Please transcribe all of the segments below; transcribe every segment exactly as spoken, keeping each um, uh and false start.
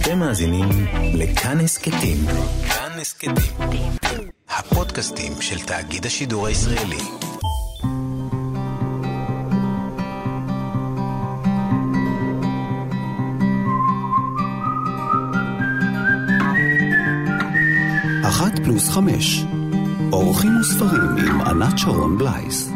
אתם מאזינים לכאן הסקטים. כאן הסקטים. הפודקאסטים של תאגיד השידור הישראלי. אחת פלוס חמש. אורחים וספרים עם ענת שרון בלייס.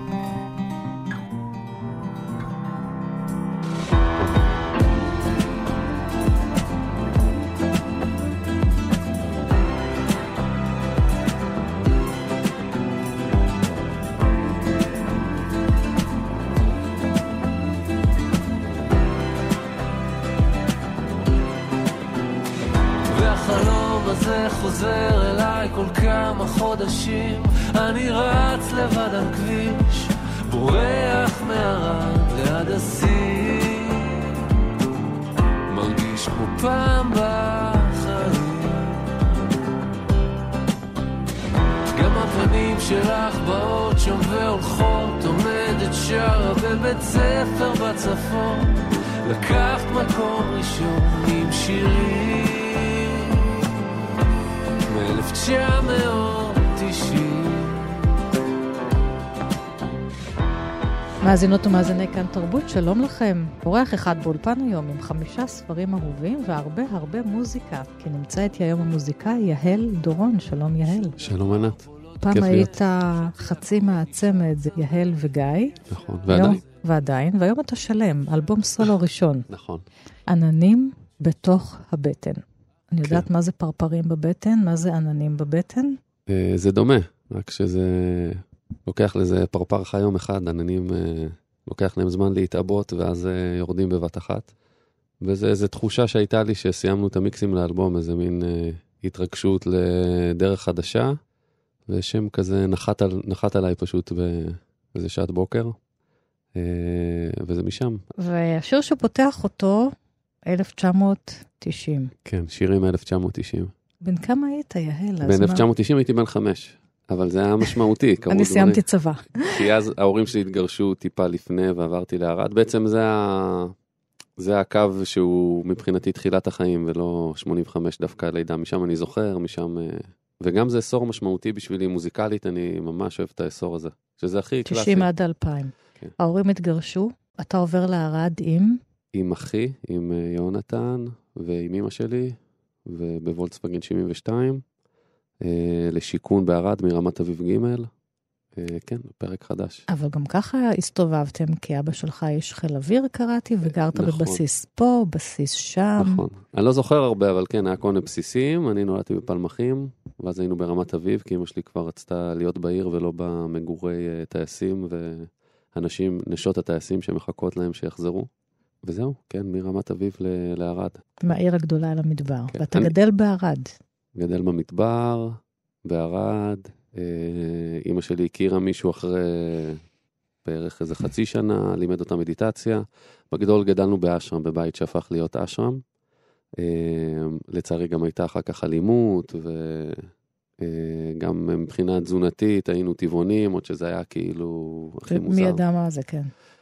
חוזר אליי כל כמה חודשים, אני רץ לבד על כביש, בורח מערד ליד הסיר, מרגיש כמו פעם בחיים. גם הפנים שלך באות שם והולכות, עומדת שרה בבית ספר בצפון, לקחת מקום ראשון עם שירים אלף תשע מאות תשעים. מאזינות ומאזיני כאן תרבות, שלום לכם. אורח אחד באולפן היום עם חמישה ספרים אהובים והרבה הרבה מוזיקה, כי נמצא איתי היום המוזיקאי יהל דורון. שלום יהל. שלום ענת. פעם היית חצי מהצמד יהל וגיא. נכון, ועדיין. ועדיין, והיום אתה שלם, אלבום סולו ראשון. נכון. עננים בתוך הבטן. אני יודעת מה זה פרפרים בבטן, מה זה עננים בבטן? זה דומה, רק שזה לוקח לזה פרפר חי יום אחד, עננים לוקח להם זמן להתאבות, ואז יורדים בבת אחת. וזה איזו תחושה שהייתה לי שסיימנו את המיקסים לאלבום, איזה מין התרגשות לדרך חדשה, ושם כזה נחת, על, נחת עליי פשוט באיזה שעת בוקר, וזה משם. והשיר שפותח אותו, אלף תשע מאות תשעים. כן, שירים אלף תשע מאות תשעים. בן כמה היית, יהל? בין אלף תשע מאות תשעים הייתי בן חמש, אבל זה היה משמעותי. אני סיימתי צבא. כי אז ההורים שלי התגרשו טיפה לפני ועברתי לערד. בעצם זה, ה... זה הקו שהוא מבחינתי תחילת החיים, ולא שמונים וחמש דווקא לידה. משם אני זוכר, משם... וגם זה אסור משמעותי בשבילי מוזיקלית, אני ממש אוהב את האסור הזה. שזה הכי קלאסי. תשעים עד אלפיים. כן. ההורים התגרשו, אתה עובר לערד עם... עם אחי, עם יונתן, ועם אמא שלי, ובוולקסווגן שבעים ושתיים, לשיקון בערד מרמת אביב ג', כן, פרק חדש. אבל גם ככה הסתובבתם, כי אבא שלך יש חיל אוויר, קראתי, וגרת נכון. בבסיס פה, בסיס שם. נכון. אני לא זוכר הרבה, אבל כן, היה קונה בסיסים, אני נולדתי בפלמחים, ואז היינו ברמת אביב, כי אמא שלי כבר רצתה להיות בעיר, ולא במגורי טייסים, ואנשים, נשות הטייסים שמחכות להם שיחזרו. וזהו, כן, מרמת אביב לערד. מהעיר הגדולה על המדבר. כן. ואתה אני... גדל בערד. גדל במדבר, בערד. אה, אמא שלי הכירה מישהו אחרי בערך איזה חצי שנה, לימד אותה מדיטציה. בגדול גדלנו באשרם, בבית שהפך להיות אשרם. אה, לצערי גם הייתה אחר כך אלימות, וגם אה, מבחינה תזונתית היינו טבעונים, עוד שזה היה כאילו הכי מוזר. מי ידע מה זה, כן.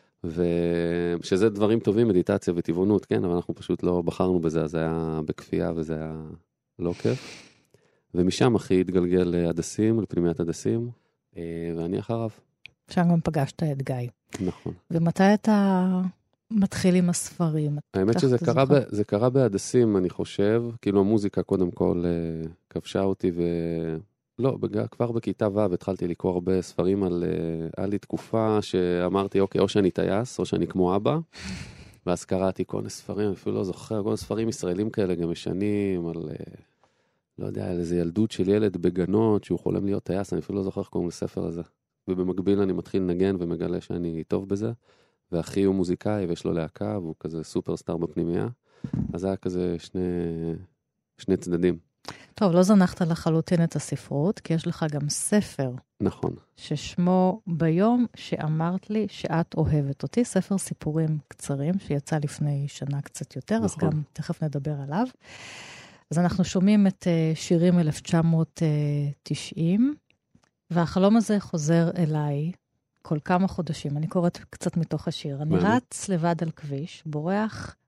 ושזה דברים טובים, מדיטציה וטבעונות, כן, אבל אנחנו פשוט לא בחרנו בזה, אז זה היה בכפייה וזה היה לא כיף. ומשם אחי התגלגל להדסים, לפנימיית הדסים, ואני אחריו. שם גם פגשת את גיא. נכון. ומתי אתה מתחיל עם הספרים? האמת שזה קרה, ב, זה קרה בהדסים, אני חושב, כאילו המוזיקה קודם כל כבשה אותי ו... לא, כבר בכיתה ו' התחלתי לקרוא הרבה ספרים על, היה לי תקופה שאמרתי, אוקיי, או שאני טייס, או שאני כמו אבא, ואז קראתי כל הספרים, אפילו לא זוכר, כל הספרים ישראלים כאלה גם משנים, על, לא יודע, על איזה ילדות של ילד בגנות, שהוא חולם להיות טייס, אני אפילו לא זוכר איך קוראים לספר הזה. ובמקביל אני מתחיל לנגן ומגלה שאני טוב בזה, ואחי הוא מוזיקאי ויש לו להקה, והוא כזה סופרסטאר בפנימיה, אז היה כזה שני, שני צדדים. טוב, לא זנחת לחלוטין את הספרות, כי יש לך גם ספר. נכון. ששמו ביום שאמרת לי שאת אוהבת אותי, ספר סיפורים קצרים, שיצא לפני שנה קצת יותר, נכון. אז גם תכף נדבר עליו. אז אנחנו שומעים את שירים אלף תשע מאות תשעים, והחלום הזה חוזר אליי כל כמה חודשים. אני קוראת קצת מתוך השיר. אני רץ לבד על כביש, בורח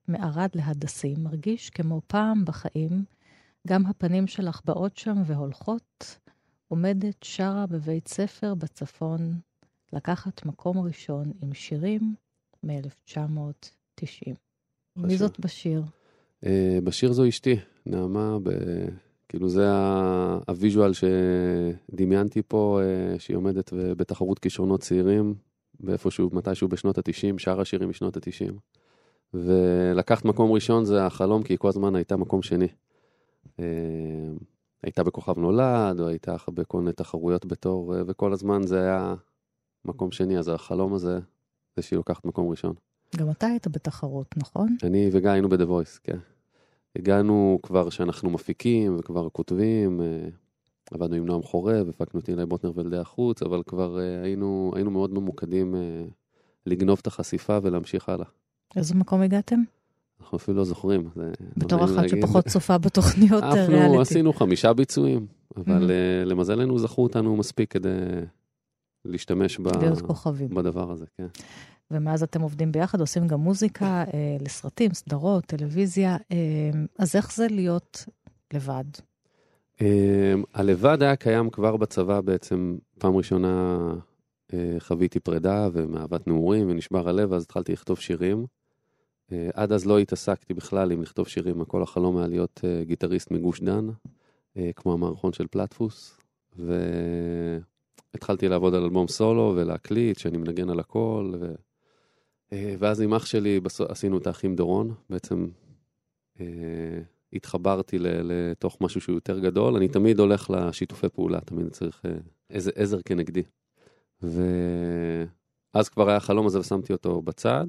מערד להדסים, מרגיש כמו פעם בחיים, גם הפנים שלך באות שם והולכות, עומדת שרה בבית ספר בצפון, לקחת מקום ראשון עם שירים מ-אלף תשע מאות תשעים. מי זאת בשיר? Uh, בשיר זו אשתי, נעמה, ב... כאילו זה הוויז'ואל שדמיינתי פה, uh, שהיא עומדת בתחרות כישרונות צעירים, באיפשהו, מתישהו בשנות ה-תשעים, שאר השירים משנות ה-תשעים. ולקחת מקום ראשון זה החלום, כי כל הזמן הייתה מקום שני. Uh, הייתה בכוכב נולד, או הייתה בכל מיני תחרויות בתור, uh, וכל הזמן זה היה מקום שני, אז החלום הזה, זה שהיא לוקחת מקום ראשון. גם אתה היית בתחרות, נכון? אני וגיא היינו ב-The Voice, כן. הגענו כבר שאנחנו מפיקים וכבר כותבים, עבדנו עם נועם חורב, הפקנו אותי אלי בוטנר ולדי החוץ, אבל כבר היינו, היינו מאוד ממוקדים לגנוב את החשיפה ולהמשיך הלאה. איזה מקום הגעתם? אנחנו אפילו לא זוכרים. בתור אחת שפחות צופה בתוכניות ריאליטי. אנחנו עשינו חמישה ביצועים, אבל למזלנו זכו אותנו מספיק כדי להשתמש בדבר הזה, כן. ומאז אתם עובדים ביחד, עושים גם מוזיקה אה, לסרטים, סדרות, טלוויזיה. אה, אז איך זה להיות לבד? אה, הלבד היה קיים כבר בצבא בעצם. פעם ראשונה אה, חוויתי פרידה ומאהבת נעורים ונשבר הלב, אז התחלתי לכתוב שירים. אה, עד אז לא התעסקתי בכלל עם לכתוב שירים. הכל החלום היה להיות אה, גיטריסט מגוש דן, אה, כמו המערכון של פלטפוס. והתחלתי לעבוד על אלבום סולו ולהקליט, שאני מנגן על הכל ו... ואז עם אח שלי עשינו את האחים דורון, בעצם אה, התחברתי לתוך משהו שהוא יותר גדול, אני תמיד הולך לשיתופי פעולה, תמיד צריך אה, איזה עזר כנגדי. ואז כבר היה חלום הזה ושמתי אותו בצד,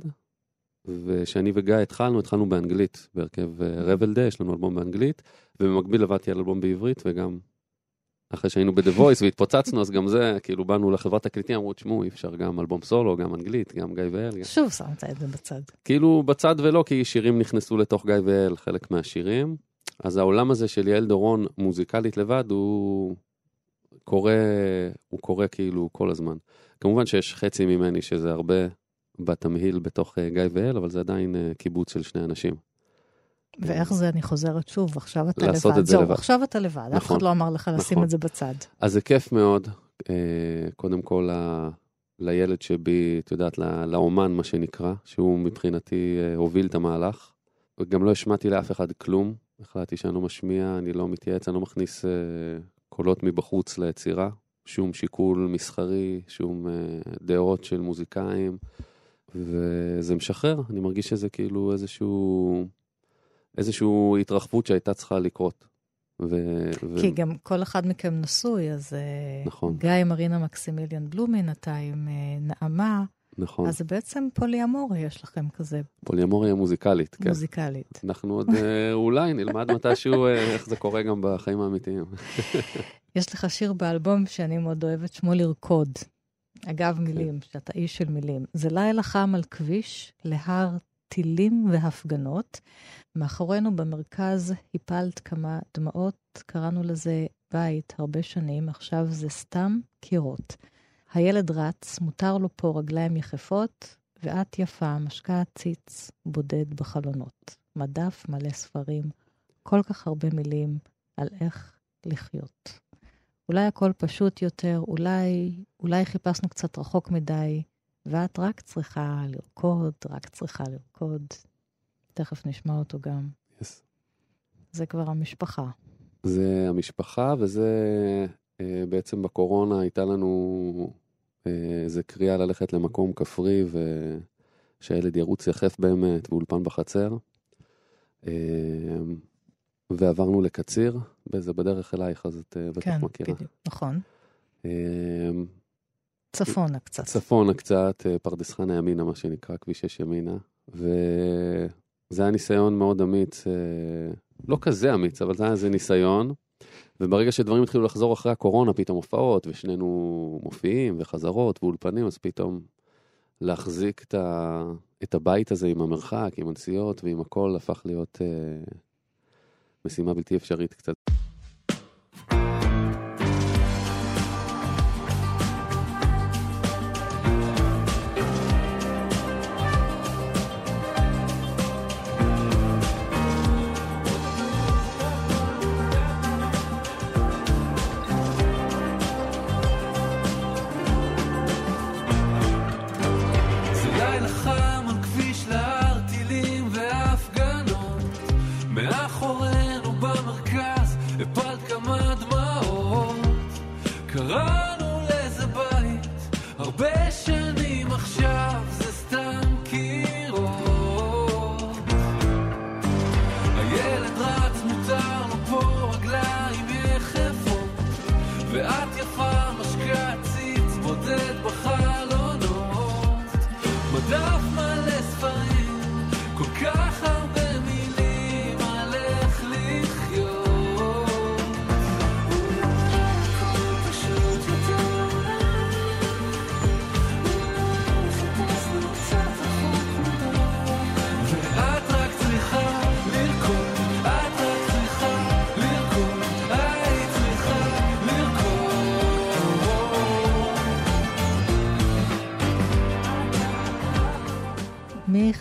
ושאני וגיא התחלנו, התחלנו באנגלית, בהרכב רבלדה, יש לנו אלבום באנגלית, ובמקביל עבדתי על אלבום בעברית, וגם אחרי שהיינו ב-The Voice והתפוצצנו, אז גם זה, כאילו באנו לחברת תקליטים, אמרו, תשמעו, אי אפשר גם אלבום סולו, גם אנגלית, גם גיא ואל. שוב שמת את זה בצד. כאילו בצד ולא, כי שירים נכנסו לתוך גיא ואל, חלק מהשירים. אז העולם הזה של יעל דורון, מוזיקלית לבד, הוא קורא, הוא קורא כאילו כל הזמן. כמובן שיש חצי ממני שזה הרבה בתמהיל בתוך גיא ואל, אבל זה עדיין קיבוץ של שני אנשים. ואיך זה, אני חוזרת שוב, עכשיו אתה לעשות לבד. את זה זהו, לבד. עכשיו אתה לבד. נכון, אף אחד לא אמר לך לשים נכון. את זה בצד. אז זה כיף מאוד. קודם כל, ל... לילד שבי, את יודעת, לאומן, מה שנקרא, שהוא מבחינתי הוביל את המהלך. וגם לא השמעתי לאף אחד כלום. החלטתי שאני לא משמיע, אני לא מתייעץ, אני לא מכניס קולות מבחוץ ליצירה. שום שיקול מסחרי, שום דעות של מוזיקאים. וזה משחרר. אני מרגיש שזה כאילו איזשהו... איזושהי התרחבות שהייתה צריכה לקרות. ו... כי ו... גם כל אחד מכם נשוי, אז נכון. גיא מרינה מקסימיליאן בלומין, אתה עם נעמה, נכון. אז זה בעצם פוליאמוריה יש לכם כזה. פוליאמוריה מוזיקלית, כן. מוזיקלית. אנחנו עוד אולי נלמד מתישהו איך זה קורה גם בחיים האמיתיים. יש לך שיר באלבום שאני מאוד אוהבת, שמו לרקוד. אגב מילים, שאתה איש של מילים. זה לילה חם על כביש, להר טילים והפגנות. מאחורינו במרכז הפלת כמה דמעות, קראנו לזה בית הרבה שנים, עכשיו זה סתם קירות. הילד רץ, מותר לו פה רגליים יחפות, ואת יפה, משקע ציץ, בודד בחלונות. מדף מלא ספרים, כל כך הרבה מילים על איך לחיות. אולי הכל פשוט יותר, אולי, אולי חיפשנו קצת רחוק מדי, ואת רק צריכה לרקוד, רק צריכה לרקוד. תכף נשמע אותו גם. Yes. זה כבר המשפחה. זה המשפחה, וזה אה, בעצם בקורונה הייתה לנו אה, איזה קריאה ללכת למקום כפרי, ושהילד ירוץ יחף באמת, ואולפן בחצר. אה, ועברנו לקציר, וזה בדרך אלייך, אז את בטח כן, מכירה. בדיוק, נכון. אה, צפונה קצת. צפונה קצת, פרדס חנה ימינה, מה שנקרא, כביש שש ימינה. וזה היה ניסיון מאוד אמיץ, לא כזה אמיץ, אבל זה היה איזה ניסיון. וברגע שדברים התחילו לחזור אחרי הקורונה, פתאום הופעות, ושנינו מופיעים וחזרות ואולפנים, אז פתאום להחזיק את, ה... את הבית הזה עם המרחק, עם הנסיעות ועם הכל, הפך להיות uh, משימה בלתי אפשרית קצת.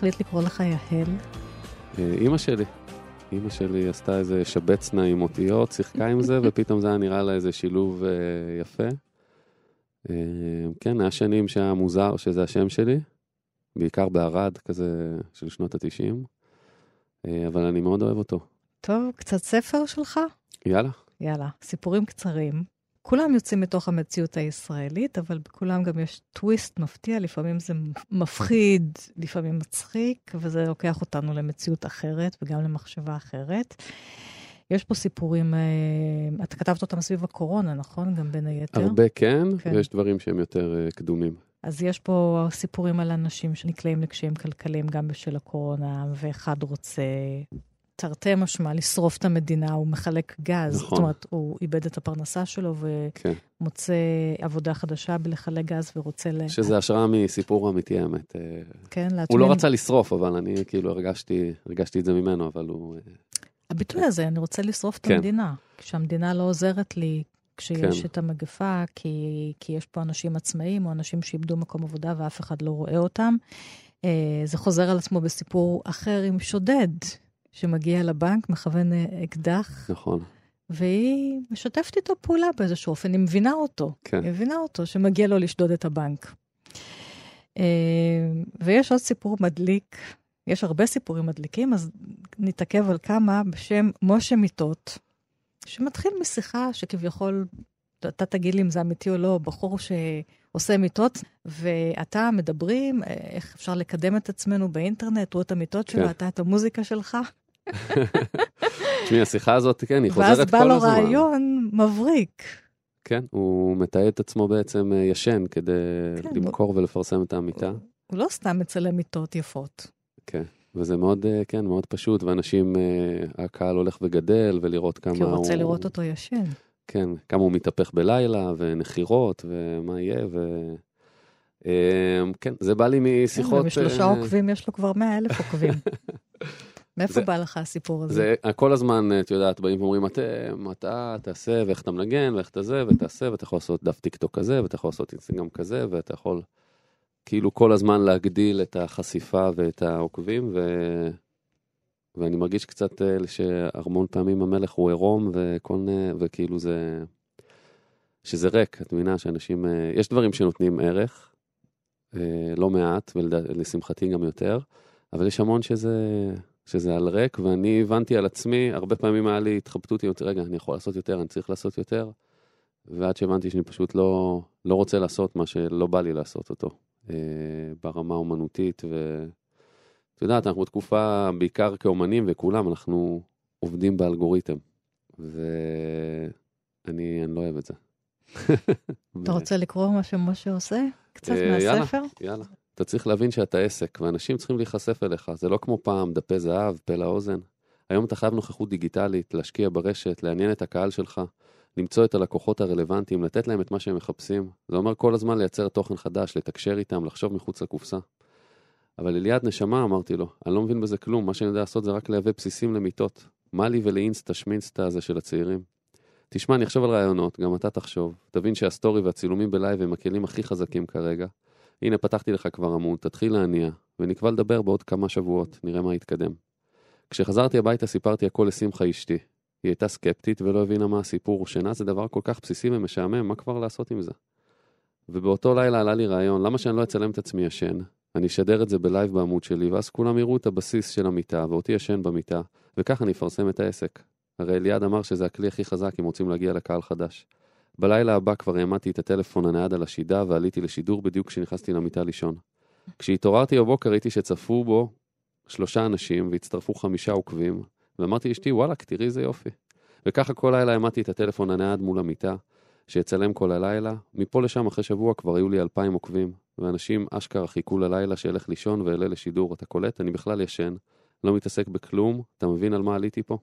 החליט לקרוא לך יהל? אמא שלי. אמא שלי עשתה איזה שבצנה עם אותיות, שיחקה עם זה, ופתאום זה היה נראה לה איזה שילוב אה, יפה. אה, כן, היה שנים שהיה מוזר שזה השם שלי, בעיקר בערד כזה של שנות ה-תשעים, אה, אבל אני מאוד אוהב אותו. טוב, קצת ספר שלך? יאללה. יאללה, סיפורים קצרים. כולם יוצאים מתוך המציאות הישראלית, אבל בכולם גם יש טוויסט מפתיע, לפעמים זה מפחיד, לפעמים מצחיק, וזה לוקח אותנו למציאות אחרת, וגם למחשבה אחרת. יש פה סיפורים, אתה כתבת אותם סביב הקורונה, נכון? גם בין היתר? הרבה כן, כן. ויש דברים שהם יותר קדומים. אז יש פה סיפורים על אנשים שנקלעים לקשיים כלכליים גם בשל הקורונה, ואחד רוצה... תרתי משמע, לשרוף את המדינה, הוא מחלק גז. נכון. זאת אומרת, הוא איבד את הפרנסה שלו, ומוצא כן. עבודה חדשה בלחלק גז, ורוצה ל... שזה השראה מסיפור אמיתי, האמת. כן, להטמין... הוא לא רצה לשרוף, אבל אני כאילו הרגשתי, הרגשתי את זה ממנו, אבל הוא... הביטוי הזה, אני רוצה לשרוף כן. את המדינה. כשהמדינה לא עוזרת לי, כשיש כן. את המגפה, כי, כי יש פה אנשים עצמאיים, או אנשים שאיבדו מקום עבודה, ואף אחד לא רואה אותם. זה חוזר על עצמו בסיפור אחר עם שודד. שמגיע לבנק, מכוון אקדח. נכון. והיא משתפת איתו פעולה באיזשהו אופן, היא מבינה אותו. כן. היא מבינה אותו, שמגיע לו לשדוד את הבנק. ויש עוד סיפור מדליק, יש הרבה סיפורים מדליקים, אז נתעכב על כמה בשם משה מיטות, שמתחיל משיחה שכביכול, אתה תגיד לי אם זה אמיתי או לא, בחור שעושה מיטות, ואתה מדברים, איך אפשר לקדם את עצמנו באינטרנט, הוא את המיטות שלו, אתה את המוזיקה שלך. תשמעי, השיחה הזאת, כן, היא חוזרת כל הזמן. ואז בא לו רעיון מבריק. כן, הוא מתעד את עצמו בעצם ישן, כדי למכור ולפרסם את המיטה. הוא לא סתם מצלם מיטות יפות. כן, וזה מאוד, כן, מאוד פשוט, ואנשים, הקהל הולך וגדל, ולראות כמה הוא... כי הוא רוצה לראות אותו ישן. כן, כמה הוא מתהפך בלילה, ונחירות, ומה יהיה, ו... כן, זה בא לי משיחות... ומשלושה עוקבים יש לו כבר מאה אלף עוקבים. מאיפה בא לך הסיפור הזה? זה כל הזמן, את יודעת, באים ואומרים, אתם, אתה תעשה, ואיך אתה מנגן, ואיך אתה זה, ותעשה, ואתה יכול לעשות דף טיקטוק כזה, ואתה יכול לעשות אינסטגרם כזה, ואתה יכול כאילו כל הזמן להגדיל את החשיפה ואת העוקבים, ו... ואני מרגיש קצת שהרמון פעמים המלך הוא עירום, וכל... וכאילו זה... שזה ריק, את מבינה שאנשים... יש דברים שנותנים ערך, לא מעט, ולשמחתי גם יותר, אבל יש המון שזה, שזה על ריק, ואני הבנתי על עצמי, הרבה פעמים היה לי התחבטות יותר, רגע, אני יכול לעשות יותר, אני צריך לעשות יותר, ועד שהבנתי שאני פשוט לא, לא רוצה לעשות מה שלא בא לי לעשות אותו, ברמה אומנותית, ואת יודעת, אנחנו בתקופה, בעיקר כאומנים וכולם, אנחנו עובדים באלגוריתם, ואני אני לא אוהב את זה. אתה רוצה לקרוא מה שמשה עושה? קצת מהספר? יאללה, יאללה. אתה צריך להבין שאתה עסק, ואנשים צריכים להיחשף אליך. זה לא כמו פעם, דפי זהב, פה לאוזן. היום אתה חייב נוכחות דיגיטלית, להשקיע ברשת, לעניין את הקהל שלך, למצוא את הלקוחות הרלוונטיים, לתת להם את מה שהם מחפשים. זה אומר כל הזמן לייצר תוכן חדש, לתקשר איתם, לחשוב מחוץ לקופסה. אבל אליעד נשמה, אמרתי לו, אני לא מבין בזה כלום, מה שאני יודע לעשות זה רק להביא בסיסים למיטות. מה לי ולאינסטה, שמינסטה הזה של הצעירים. תשמע, אני אחשוב על רעיונות, גם אתה תחשוב. תבין שהסטורי והצילומים בלייב הם הכלים הכי חזקים כרגע. הנה, פתחתי לך כבר עמוד, תתחיל להניע, ונקבע לדבר בעוד כמה שבועות, נראה מה יתקדם. כשחזרתי הביתה סיפרתי הכל לשמחה אשתי. היא הייתה סקפטית ולא הבינה מה הסיפור. שינה זה דבר כל כך בסיסי ומשעמם, מה כבר לעשות עם זה? ובאותו לילה עלה לי רעיון, למה שאני לא אצלם את עצמי ישן? אני אשדר את זה בלייב בעמוד שלי, ואז כולם יראו את הבסיס של המיטה, ואותי ישן במיטה, וכך אני אפרסם את העסק. הרי אליעד אמר שזה הכלי הכי חזק אם רוצים להגיע לקהל חדש. בלילה הבא כבר העמדתי את הטלפון הנייד על השידה ועליתי לשידור בדיוק כשנכנסתי למיטה לישון. כשהתעוררתי בבוקר ראיתי שצפו בו שלושה אנשים והצטרפו חמישה עוקבים, ואמרתי לאשתי, וואלק, תראי איזה יופי. וככה כל לילה העמדתי את הטלפון הנייד מול המיטה, שיצלם כל הלילה. מפה לשם אחרי שבוע כבר היו לי אלפיים עוקבים, ואנשים אשכרה חיכו ללילה שילך לישון ואלה לשידור. אתה קולט, אני בכלל ישן, לא מתעסק בכלום, אתה מבין על מה עליתי פה?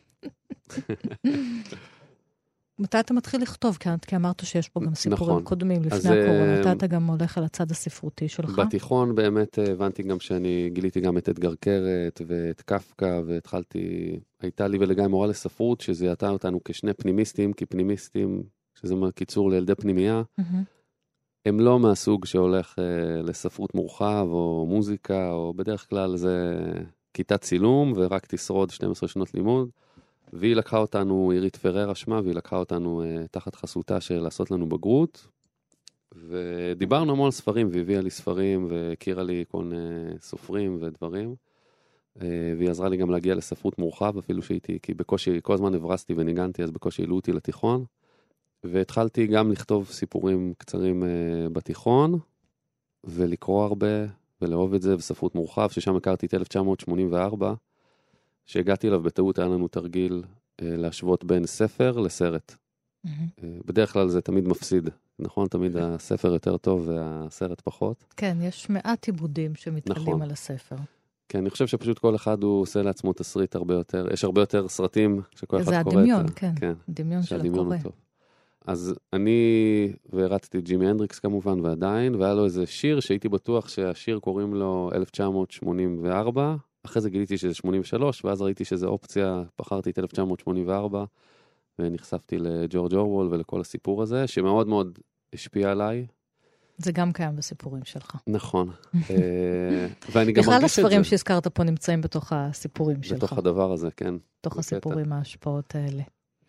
מתי אתה מתחיל לכתוב? כי אמרת שיש פה גם סיפורים קודמים לפני הקורונה. מתי אתה גם הולך על הצד הספרותי שלך? בתיכון באמת הבנתי גם שאני גיליתי גם את אדגר קרת ואת קפקא, והתחלתי, הייתה לי ולגיא מורה לספרות, שזיהתה אותנו כשני פנימיסטים, כי פנימיסטים, שזה קיצור לילדי פנימייה, הם לא מהסוג שהולך אה, לספרות מורחב או מוזיקה, או בדרך כלל זה כיתת צילום ורק תשרוד שתים עשרה שנות לימוד. והיא לקחה אותנו, עירית פררה שמה, והיא לקחה אותנו אה, תחת חסותה של לעשות לנו בגרות. ודיברנו המון ספרים, והביאה לי ספרים, והכירה לי כל מיני סופרים ודברים. והיא עזרה לי גם להגיע לספרות מורחב, אפילו שהייתי, כי בקושי, כל הזמן הברסתי וניגנתי, אז בקושי העלו אותי לתיכון. והתחלתי גם לכתוב סיפורים קצרים uh, בתיכון, ולקרוא הרבה, ולאהוב את זה, וספרות מורחב, ששם הכרתי את אלף תשע מאות שמונים וארבע, שהגעתי אליו בטעות, היה לנו תרגיל uh, להשוות בין ספר לסרט. Mm-hmm. Uh, בדרך כלל זה תמיד מפסיד, נכון? תמיד הספר יותר טוב והסרט פחות. כן, יש מעט עיבודים שמתקלים נכון. על הספר. כן, אני חושב שפשוט כל אחד הוא עושה לעצמו תסריט הרבה יותר, יש הרבה יותר סרטים שכל אחד קורא. זה הדמיון, את, כן, כן, הדמיון של הקורא. אז אני והרצתי ג'ימי הנדריקס כמובן ועדיין, והיה לו איזה שיר שהייתי בטוח שהשיר קוראים לו אלף תשע מאות שמונים וארבע, אחרי זה גיליתי שזה שמונים ושלוש, ואז ראיתי שזה אופציה, בחרתי את אלף תשע מאות שמונים וארבע, ונחשפתי לג'ורג' אורוול ולכל הסיפור הזה, שמאוד מאוד השפיע עליי. זה גם קיים בסיפורים שלך. נכון. ואני גם בכלל מרגיש את זה. הספרים שהזכרת פה נמצאים בתוך הסיפורים שלך. בתוך הדבר הזה, כן. בתוך הסיפורים, ההשפעות האלה.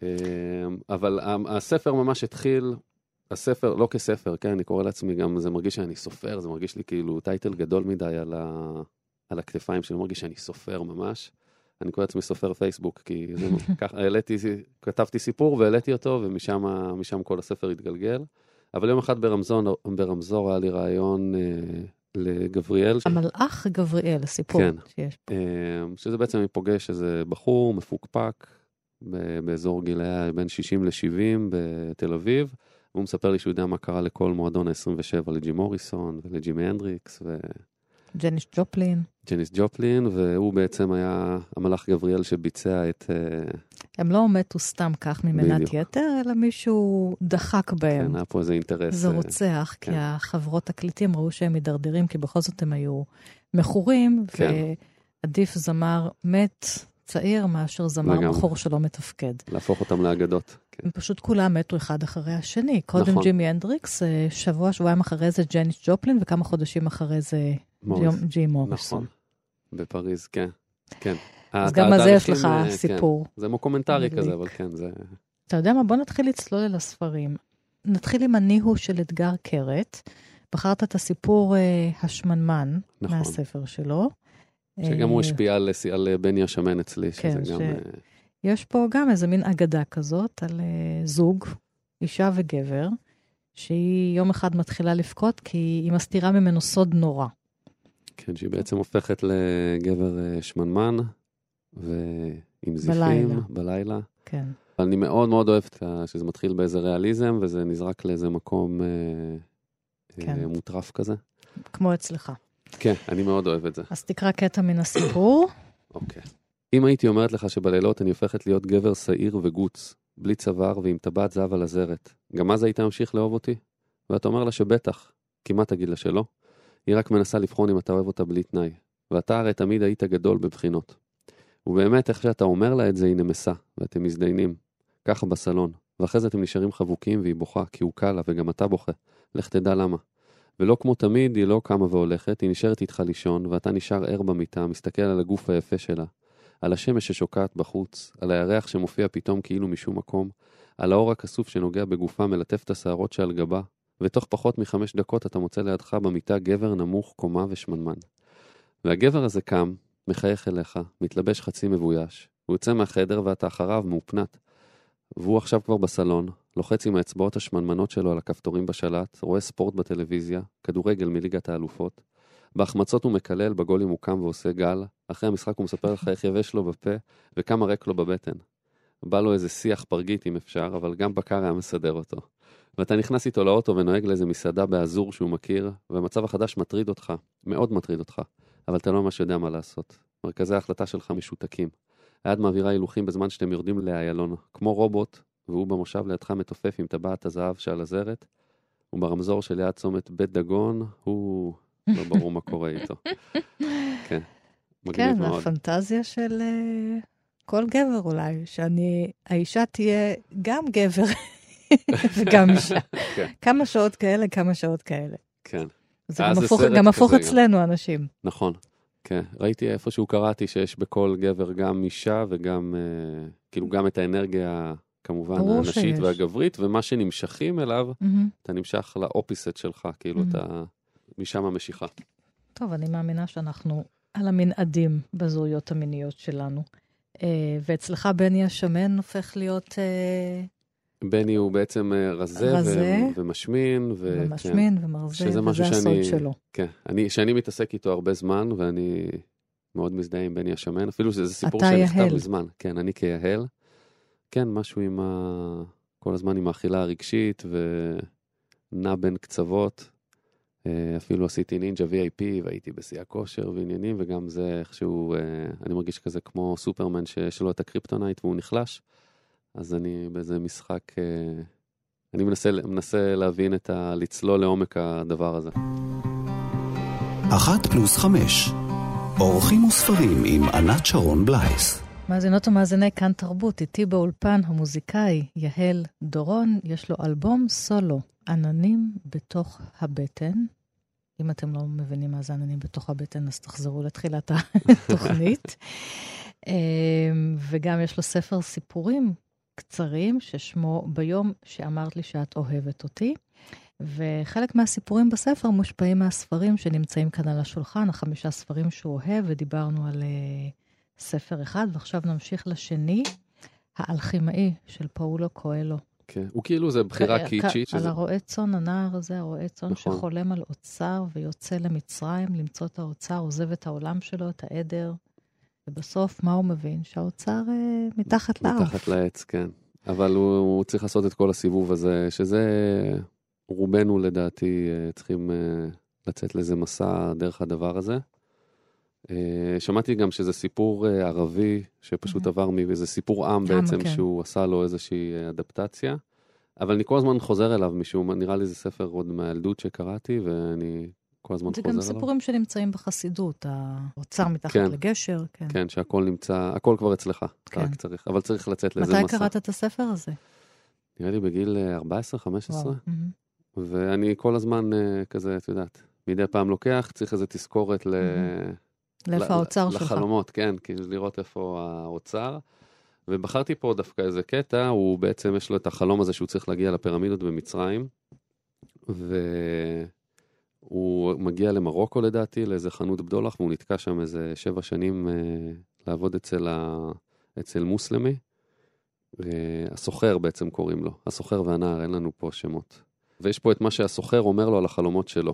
אבל הספר ממש התחיל, הספר, לא כספר, כן, אני קורא לעצמי גם, זה מרגיש שאני סופר, זה מרגיש לי כאילו טייטל גדול מדי על, ה, על הכתפיים שלי, מרגיש שאני סופר ממש. אני קורא לעצמי סופר פייסבוק, כי זה, ככה, העליתי, כתבתי סיפור והעליתי אותו, ומשם משם כל הספר התגלגל. אבל יום אחד ברמזור, ברמזור היה לי רעיון אה, לגבריאל. המלאך גבריאל, הסיפור כן, שיש פה. אה, שזה בעצם אני פוגש איזה בחור מפוקפק, באזור גילי בין שישים ל-שבעים בתל אביב, והוא מספר לי שהוא יודע מה קרה לכל מועדון ה-עשרים ושבע, לג'י מוריסון ולג'ימי הנדריקס ו... ג'ניס ג'ופלין. ג'ניס ג'ופלין, והוא בעצם היה המלאך גבריאל שביצע את... הם לא מתו סתם כך ממנת יתר, אלא מישהו דחק בהם. כן, היה פה איזה אינטרס. זה רוצח, כן. כי החברות תקליטים ראו שהם מדרדרים, כי בכל זאת הם היו מכורים, כן. ועדיף זמר מת צעיר מאשר זמר לגמרי. בחור שלא מתפקד. להפוך אותם לאגדות. כן. הם פשוט כולם מתו אחד אחרי השני. קודם נכון. ג'ימי הנדריקס, שבוע, שבועיים אחרי זה ג'ניס ג'ופלין, וכמה חודשים אחרי זה ג'י מוריסון. נכון, בפריז, כן. כן. אז גם על זה יש לך סיפור. זה מוקומנטרי כזה, אבל כן, זה... אתה יודע מה? בוא נתחיל לצלול אל הספרים. נתחיל עם הניהו של אתגר קרת. בחרת את הסיפור השמנמן מהספר שלו. שגם הוא השפיע על בני השמן אצלי. כן, יש פה גם איזה מין אגדה כזאת על זוג, אישה וגבר, שהיא יום אחד מתחילה לפקוט, כי היא מסתירה ממנו סוד נורא. כן, שהיא בעצם הופכת לגבר שמנמן, ועם זיפים בלילה. בלילה. כן. אבל אני מאוד מאוד אוהבת שזה מתחיל באיזה ריאליזם, וזה נזרק לאיזה מקום כן. מוטרף כזה. כמו אצלך. כן, אני מאוד אוהב את זה. אז תקרא קטע מן הסיפור. אוקיי. אם הייתי אומרת לך שבלילות אני הופכת להיות גבר שעיר וגוץ, בלי צוואר ועם טבעת זהב על הזרת, גם אז היית ממשיך לאהוב אותי? ואתה אומר לה שבטח, כי מה תגיד לה שלא? היא רק מנסה לבחון אם אתה אוהב אותה בלי תנאי, ואתה הרי תמיד היית גדול בבחינות. ובאמת, איך שאתה אומר לה את זה, היא נמסה, ואתם מזדיינים, ככה בסלון, ואחרי זה אתם נשארים חבוקים והיא בוכה, כי הוא קל לה וגם אתה בוכה, לך תדע למה. ולא כמו תמיד, היא לא קמה והולכת, היא נשארת איתך לישון, ואתה נשאר ער במיטה, מסתכל על הגוף היפה שלה, על השמש ששוקעת בחוץ, על הירח שמופיע פתאום כאילו משום מקום, על האור הכסוף שנוגע בגופה מלטף את השערות שעל גבה, ותוך פחות מחמש דקות אתה מוצא לידך במיטה גבר נמוך, קומה ושמנמן. והגבר הזה קם, מחייך אליך, מתלבש חצי מבויש, הוא יוצא מהחדר ואתה אחריו מאופנת, והוא עכשיו כבר בסלון, לוחץ עם האצבעות השמנמנות שלו על הכפתורים בשלט, רואה ספורט בטלוויזיה, כדורגל מליגת האלופות, בהחמצות הוא מקלל, בגולים הוא קם ועושה גל, אחרי המשחק הוא מספר לך איך יבש לו בפה, וכמה ריק לו בבטן. בא לו איזה שיח פרגית אם אפשר, אבל גם בקר היה מסדר אותו. ואתה נכנס איתו לאוטו ונוהג לאיזה מסעדה באזור שהוא מכיר, והמצב החדש מטריד אותך, מאוד מטריד אותך, אבל אתה לא ממש יודע מה לעשות. מרכזי ההחלטה שלך משותקים. היד מעבירה הילוכים בזמן שאתם יורדים לאיילון, כמו רובוט, והוא במושב לידך מתופף עם טבעת הזהב שעל הזרת, וברמזור שליד צומת בית דגון, הוא לא ברור מה קורה איתו. כן, כן, זה הפנטזיה של כל גבר אולי, שאני, האישה תהיה גם גבר וגם אישה. כמה שעות כאלה, כמה שעות כאלה. כן. זה גם הפוך אצלנו, אנשים. נכון. כן. ראיתי איפשהו קראתי שיש בכל גבר גם אישה וגם, כאילו גם את האנרגיה, כמובן, הנשית והגברית, ומה שנמשכים אליו, אתה נמשך לאופיסט שלך, כאילו אתה משם המשיכה. טוב, אני מאמינה שאנחנו על המנעדים בזהויות המיניות שלנו. ואצלך בני השמן הופך להיות... בני הוא בעצם רזה, רזה ו- ומשמין. ו- ומשמין כן. ומרזה, וזה שאני, הסוד שלו. כן, אני, שאני מתעסק איתו הרבה זמן, ואני מאוד מזדהה עם בני השמן, אפילו שזה סיפור שנכתב מזמן. כן, אני כיהל. כן, משהו עם ה... כל הזמן עם האכילה הרגשית, ונע בין קצוות. אפילו עשיתי נינג'ה וי איי פי, והייתי בשיא הכושר ועניינים, וגם זה איכשהו, אני מרגיש כזה כמו סופרמן שיש לו את הקריפטונייט, והוא נחלש. אז אני באיזה משחק, אני מנסה, מנסה להבין את ה... לצלול לעומק הדבר הזה. אחת פלוס חמש, אורחים וספרים עם ענת שרון בלייס. מאזינות ומאזיני כאן תרבות, איתי באולפן המוזיקאי יהל דורון, יש לו אלבום סולו, עננים בתוך הבטן. אם אתם לא מבינים מה זה עננים בתוך הבטן, אז תחזרו לתחילת התוכנית. וגם יש לו ספר סיפורים קצרים, ששמו ביום שאמרת לי שאת אוהבת אותי. וחלק מהסיפורים בספר מושפעים מהספרים שנמצאים כאן על השולחן, החמישה ספרים שהוא אוהב, ודיברנו על ספר אחד, ועכשיו נמשיך לשני, האלכימאי של פאולו קואלו. כן, הוא כאילו זה בחירה קיצ'ית. על הרועה צאן, הנער הזה, הרועה צאן שחולם על אוצר ויוצא למצרים, למצוא את האוצר, עוזב את העולם שלו, את העדר, ובסוף מה הוא מבין? שהאוצר מתחת לאף. מתחת לעץ, כן. אבל הוא צריך לעשות את כל הסיבוב הזה, שזה רובנו לדעתי צריכים לצאת לזה מסע דרך הדבר הזה. שמעתי גם שזה סיפור ערבי שפשוט עבר מאיזה סיפור עם בעצם שהוא עשה לו איזושהי אדפטציה, אבל אני כל הזמן חוזר אליו משום, נראה לי זה ספר עוד מהילדות שקראתי ואני כל הזמן חוזר אליו. זה גם סיפורים שנמצאים בחסידות, האוצר מתחת לגשר. כן, שהכל נמצא, הכל כבר אצלך, רק צריך, אבל צריך לצאת לזה מסע. מתי קראת את הספר הזה? נראה לי בגיל ארבע עשרה חמש עשרה, ואני כל הזמן כזה, את יודעת, מדי פעם לוקח, צריך איזו תזכורת ל... לאיפה האוצר שלך. לחלומות, כן, כאילו לראות איפה האוצר. ובחרתי פה דווקא איזה קטע, הוא בעצם יש לו את החלום הזה שהוא צריך להגיע לפירמידות במצרים, והוא מגיע למרוקו לדעתי, לאיזה חנות בדולח, והוא נתקע שם איזה שבע שנים לעבוד אצל, ה... אצל מוסלמי. הסוחר בעצם קוראים לו, הסוחר והנער, אין לנו פה שמות. ויש פה את מה שהסוחר אומר לו על החלומות שלו.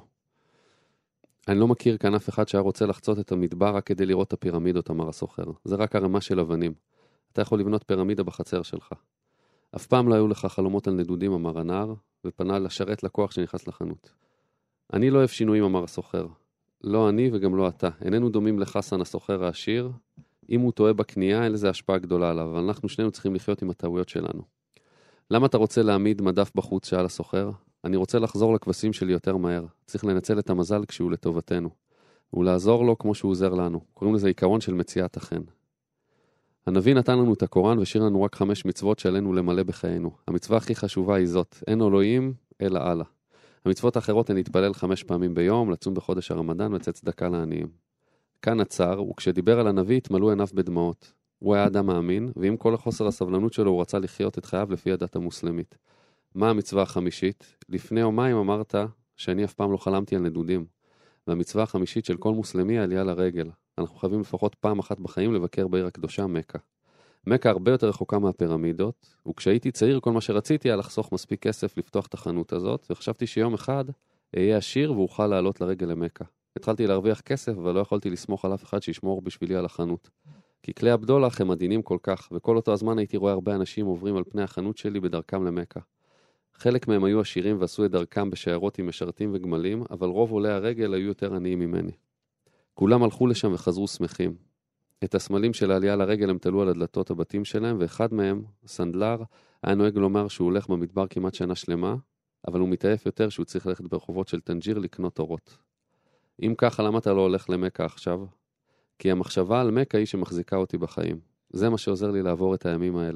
אני לא מכיר כאן אף אחד שהיה רוצה לחצות את המדבר רק כדי לראות את הפירמידות, אמר הסוחר. זה רק הרמה של אבנים. אתה יכול לבנות פירמידה בחצר שלך. אף פעם לא היו לך חלומות על נדודים, אמר הנער, ופנה לשרת לקוח שנכנס לחנות. אני לא אוהב שינויים, אמר הסוחר. לא אני וגם לא אתה. איננו דומים לחסן הסוחר העשיר. אם הוא טועה בקנייה, אין לזה השפעה גדולה עליו, אבל אנחנו שנינו צריכים לחיות עם הטעויות שלנו. למה אתה רוצה להעמיד מדף בחוץ, שאל הסוחר? אני רוצה לחזור לכבשים שלי יותר מהר. צריך לנצל את המזל כשהוא לטובתנו. ולעזור לו כמו שהוא עוזר לנו. קוראים לזה עיקרון של מציאת החן. הנביא נתן לנו את הקוראן ושיר לנו רק חמש מצוות שעלינו למלא בחיינו. המצווה הכי חשובה היא זאת. אין אלוהים אלא אללה. המצוות האחרות הן להתפלל חמש פעמים ביום, לצום בחודש הרמדאן ולצאת צדקה לעניים. כאן עצר, וכשדיבר על הנביא התמלאו עיניו בדמעות. הוא היה אדם מאמין, ועם כל החוסר הסבלנות שלו הוא רצה לחיות את חייו לפי הדת המוסלמית. מה המצווה החמישית? לפני יומיים אמרת שאני אף פעם לא חלמתי על נדודים. והמצווה החמישית של כל מוסלמי היא עלייה לרגל. אנחנו חייבים לפחות פעם אחת בחיים לבקר בעיר הקדושה מקה. מקה הרבה יותר רחוקה מהפירמידות, וכשהייתי צעיר כל מה שרציתי היה לחסוך מספיק כסף לפתוח את החנות הזאת, וחשבתי שיום אחד אהיה עשיר ואוכל לעלות לרגל למקה. התחלתי להרוויח כסף, אבל לא יכולתי לסמוך על אף אחד שישמור בשבילי על החנות. כי כלי הבדולח הם עדינים כל כך, וכל אותו הזמן הייתי רואה הרבה אנשים עוברים על פני החנות שלי בדרכם למקה. חלק מהם היו עשירים ועשו את דרכם בשיירות עם משרתים וגמלים, אבל רוב עולי הרגל היו יותר עניים ממני. כולם הלכו לשם וחזרו שמחים. את הסמלים של העלייה לרגל הם תלו על הדלתות הבתים שלהם, ואחד מהם, סנדלר, היה נוהג לומר שהוא הולך במדבר כמעט שנה שלמה, אבל הוא מתעייף יותר שהוא צריך ללכת ברחובות של טנג'יר לקנות אורות. אם ככה, למה אתה לא הולך למקה עכשיו? כי המחשבה על מקה היא שמחזיקה אותי בחיים. זה מה שעוזר לי לעבור את הימים האלה.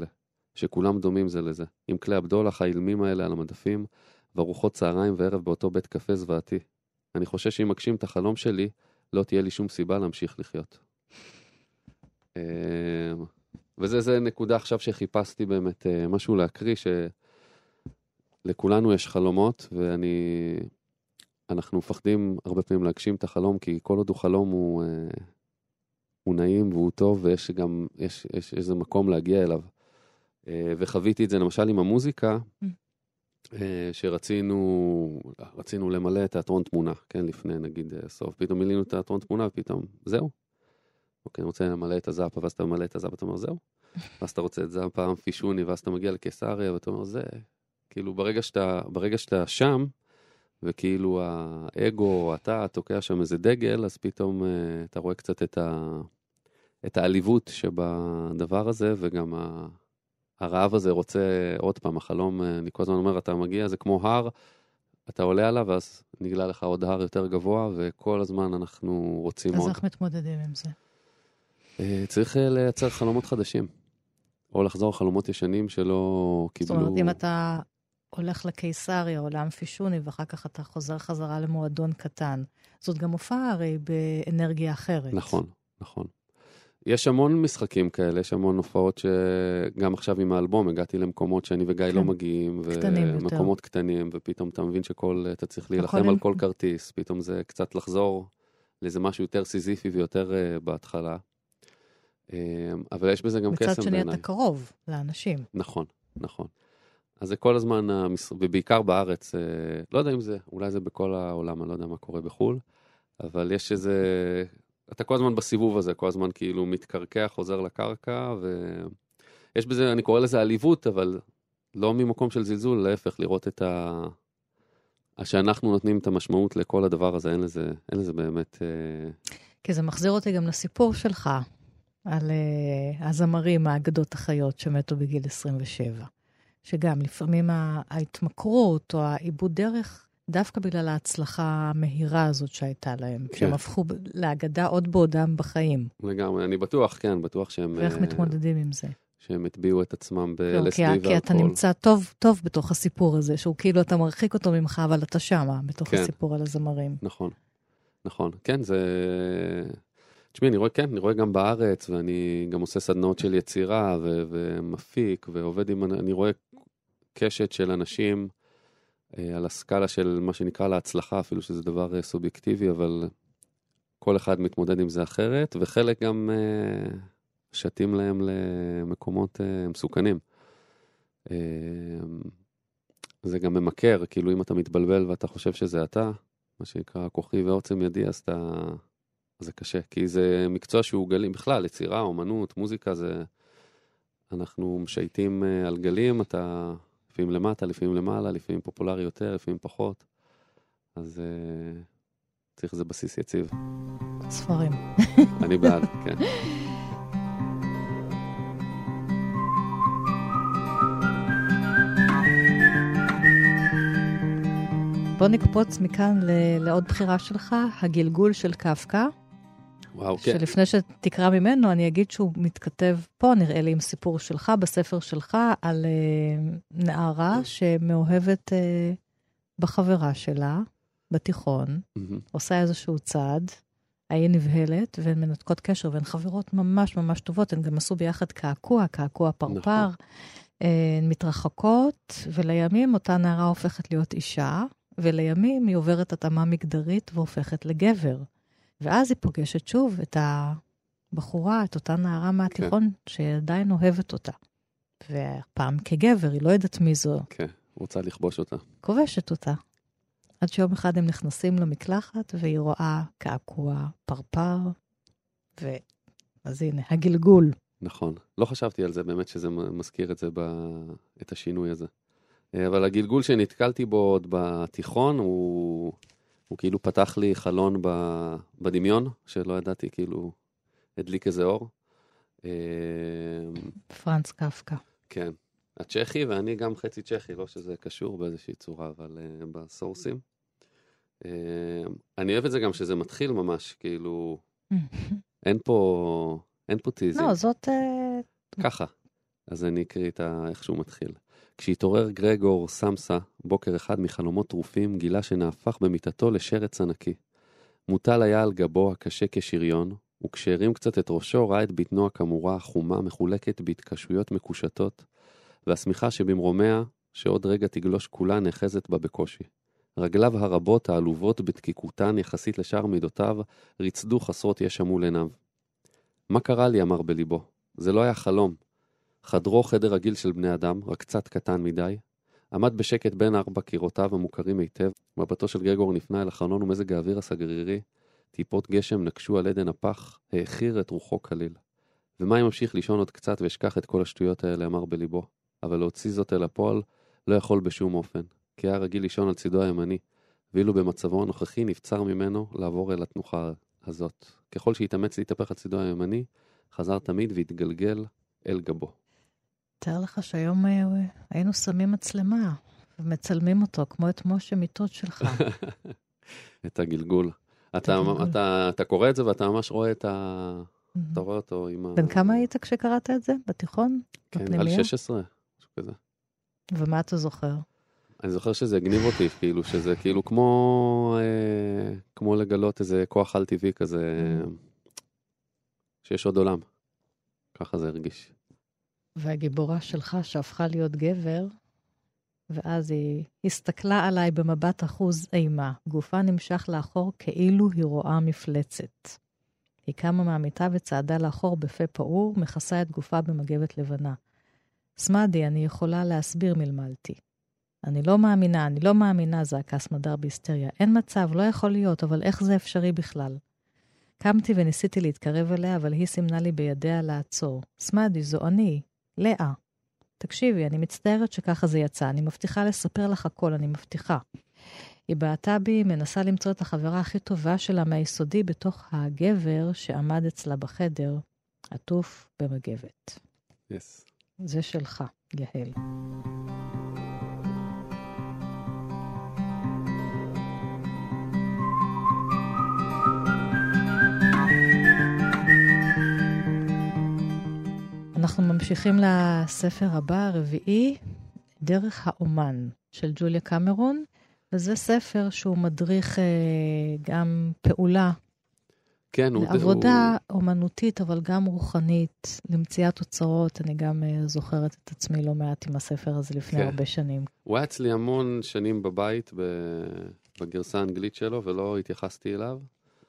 שכולם דומים זה לזה. עם כלי הבדולח, האילמים האלה על המדפים, וארוחות צהריים וערב באותו בית קפה זוועתי. אני חושש שאם מגשים את החלום שלי, לא תהיה לי שום סיבה להמשיך לחיות. וזה זה נקודה עכשיו שחיפשתי באמת משהו להקריא, שלכולנו יש חלומות, ואני, אנחנו מפחדים הרבה פעמים להגשים את החלום, כי כל עוד הוא חלום הוא, הוא נעים והוא טוב, ויש גם, יש, יש איזה מקום להגיע אליו. וחוויתי את זה למשל עם המוזיקה, שרצינו, רצינו למלא תיאטרון תמונה, כן, לפני נגיד סוף, פתאום מילינו תיאטרון תמונה, ופתאום זהו. אוקיי, אני רוצה למלא את הזאפה, ואז אתה ממלא את הזאפה, ואתה אומר זהו. ואז אתה רוצה את זאפה אמפישוני, ואז אתה מגיע לקיסריה, ואתה אומר זה, כאילו ברגע שאתה, ברגע שאתה שם, וכאילו האגו, אתה תוקע שם איזה דגל, אז פתאום אתה רואה קצת את ה, את העליבות שבדבר הזה, וגם ה... הרעב הזה רוצה עוד פעם, החלום, אני כל הזמן אומר, אתה מגיע, זה כמו הר, אתה עולה עליו, ואז נגלה לך עוד הר יותר גבוה, וכל הזמן אנחנו רוצים אז עוד. אז איך מתמודדים עם זה? צריך לייצר חלומות חדשים, או לחזור חלומות ישנים שלא קיבלו... זאת אומרת, אם אתה הולך לקיסריה או לאמפישוני, ואחר כך אתה חוזר חזרה למועדון קטן, זאת גם הופעה הרי באנרגיה אחרת. נכון, נכון. יש המון משחקים כאלה, יש המון הופעות שגם עכשיו עם האלבום הגעתי למקומות שאני וגיא כן. לא מגיעים, ומקומות יותר. קטנים, ופתאום אתה מבין שכל, אתה צריך להילחם על כל כרטיס, פתאום זה קצת לחזור לאיזה משהו יותר סיזיפי ויותר uh, בהתחלה. Um, אבל יש בזה גם קסם בעיניי. מצד שני אתה קרוב לאנשים. נכון, נכון. אז זה כל הזמן, ובעיקר בארץ, uh, לא יודע אם זה, אולי זה בכל העולם, אני לא יודע מה קורה בחול, אבל יש איזה... אתה כל הזמן בסיבוב הזה, כל הזמן כאילו מתקרקע, חוזר לקרקע, ויש בזה, אני קורא לזה עליבות, אבל לא ממקום של זלזול, להפך, לראות את ה... שאנחנו נותנים את המשמעות לכל הדבר הזה, אין לזה, אין לזה באמת... כי זה מחזיר אותי גם לסיפור שלך, על הזמרים, האגדות החיות שמתו בגיל עשרים ושבע, שגם לפעמים ההתמכרות או העיבוד דרך, דווקא בגלל ההצלחה המהירה הזאת שהייתה להם, כן. שהם הפכו לאגדה עוד בעודם בחיים. לגמרי, אני בטוח, כן, בטוח שהם... ואיך uh, מתמודדים עם זה? שהם הטביעו את עצמם ב-אל אס די והכל. כי אתה נמצא טוב, טוב בתוך הסיפור הזה, שהוא כאילו אתה מרחיק אותו ממך, אבל אתה שמה, בתוך כן. הסיפור על הזמרים. נכון, נכון. כן, זה... תשמעי, אני רואה, כן, אני רואה גם בארץ, ואני גם עושה סדנאות של יצירה, ו- ומפיק, ועובד עם... אני רואה קשת של אנשים... על הסקאלה של מה שנקרא להצלחה, אפילו שזה דבר סובייקטיבי, אבל כל אחד מתמודד עם זה אחרת, וחלק גם uh, שתים להם למקומות uh, מסוכנים. Uh, זה גם ממכר, כאילו אם אתה מתבלבל ואתה חושב שזה אתה, מה שנקרא כוחי ועוצם ידי, אז אתה... זה קשה, כי זה מקצוע שהוא גלים, בכלל, יצירה, אומנות, מוזיקה, זה... אנחנו משייטים uh, על גלים, אתה... לפעמים למטה, לפעמים למעלה, לפעמים פופולרי יותר, לפעמים פחות. אז uh, צריך איזה בסיס יציב. ספרים. אני בעד, כן. בוא נקפוץ מכאן ל- לעוד בחירה שלך, הגלגול של קפקא. וואו, כן. שלפני שתקרא ממנו, אני אגיד שהוא מתכתב פה, נראה לי עם סיפור שלך, בספר שלך, על uh, נערה שמאוהבת uh, בחברה שלה, בתיכון, mm-hmm. עושה איזשהו צעד, ההיא נבהלת, והן מנתקות קשר, והן חברות ממש ממש טובות, הן גם עשו ביחד קעקוע, קעקוע פרפר, נכון. הן מתרחקות, ולימים אותה נערה הופכת להיות אישה, ולימים היא עוברת התאמה מגדרית והופכת לגבר. ואז היא פוגשת שוב את הבחורה, את אותה נערה מהתיכון, כן. שעדיין אוהבת אותה. ופעם כגבר, היא לא יודעת מי זו. כן, רוצה לכבוש אותה. כובשת אותה. עד שיום אחד הם נכנסים למקלחת, והיא רואה קעקוע, פרפר, ו... אז הנה, הגלגול. נכון. לא חשבתי על זה, באמת שזה מזכיר את זה, ב... את השינוי הזה. אבל הגלגול שנתקלתי בו עוד בתיכון, הוא... הוא כאילו פתח לי חלון בדמיון, שלא ידעתי, כאילו, הדליק איזה אור. פרנץ קפקא. כן. הצ'כי, ואני גם חצי צ'כי, לא שזה קשור באיזושהי צורה, אבל בסורסים. אני אוהב את זה גם שזה מתחיל ממש, כאילו, אין פה, אין פה טיזים. לא, זאת... ככה. אז אני אקריא את איך שהוא מתחיל. כשהתעורר גרגור סמסה, בוקר אחד מחלומות טרופים, גילה שנהפך במיטתו לשרץ ענקי. מוטל היה על גבו הקשה כשריון, וכשהרים קצת את ראשו ראה את בטנו הכמורה החומה מחולקת בהתקשויות מקושטות, והשמיכה שבמרומיה, שעוד רגע תגלוש כולה, נחזת בה בקושי. רגליו הרבות העלובות בתקיקותן יחסית לשאר מידותיו, רצדו חסרות ישע מול עיניו. מה קרה לי? אמר בליבו. זה לא היה חלום. חדרו חדר רגיל של בני אדם, רק קצת קטן מדי. עמד בשקט בין ארבע קירותיו המוכרים היטב. מבטו של גרגור נפנה אל החלון ומזג האוויר הסגרירי. טיפות גשם נקשו על עדן הפח, האחיר את רוחו כליל. ומה אם ממשיך לישון עוד קצת ואשכח את כל השטויות האלה, אמר בליבו. אבל להוציא זאת אל הפועל לא יכול בשום אופן, כי היה רגיל לישון על צידו הימני, ואילו במצבו הנוכחי נבצר ממנו לעבור אל התנוחה הזאת. ככל שהתאמץ להתהפך על צידו הימני, חזר תמיד והתגלגל אל גבו. תאר לך שהיום היינו שמים מצלמה ומצלמים אותו, כמו את משה מיטות שלך. את הגלגול. אתה, אתה, אתה קורא את זה ואתה ממש רואה את ה... אתה רואה אותו עם ה... בן כמה היית כשקראת את זה? בתיכון? כן, על שש עשרה, משהו כזה. ומה אתה זוכר? אני זוכר שזה הגניב אותי, כאילו, שזה כאילו כמו, אה, כמו לגלות איזה כוח על טבעי כזה, שיש עוד עולם. ככה זה הרגיש. והגיבורה שלך שהפכה להיות גבר, ואז היא הסתכלה עליי במבט אחוז אימה. גופה נמשך לאחור כאילו היא רואה מפלצת. היא קמה מהמיטה וצעדה לאחור בפה פעור, מכסה את גופה במגבת לבנה. סמדי, אני יכולה להסביר מלמלתי. אני לא מאמינה, אני לא מאמינה, זעקה סמדר בהיסטריה. אין מצב, לא יכול להיות, אבל איך זה אפשרי בכלל? קמתי וניסיתי להתקרב אליה, אבל היא סימנה לי בידיה לעצור. סמדי, זו אני, לאה. תקשיבי, אני מצטערת שככה זה יצא, אני מבטיחה לספר לך הכל, אני מבטיחה. היא בעטה בי, מנסה למצוא את החברה הכי טובה שלה מהיסודי בתוך הגבר שעמד אצלה בחדר, עטוף במגבת. Yes. זה שלך, יהל. אנחנו ממשיכים לספר הבא, הרביעי, דרך האומן של ג'וליה קמרון, וזה ספר שהוא מדריך אה, גם פעולה, כן, לעבודה הוא... אומנותית, אבל גם רוחנית, למציאת תוצאות. אני גם אה, זוכרת את עצמי לא מעט עם הספר הזה לפני כן. הרבה שנים. הוא היה אצלי המון שנים בבית, בגרסה האנגלית שלו, ולא התייחסתי אליו.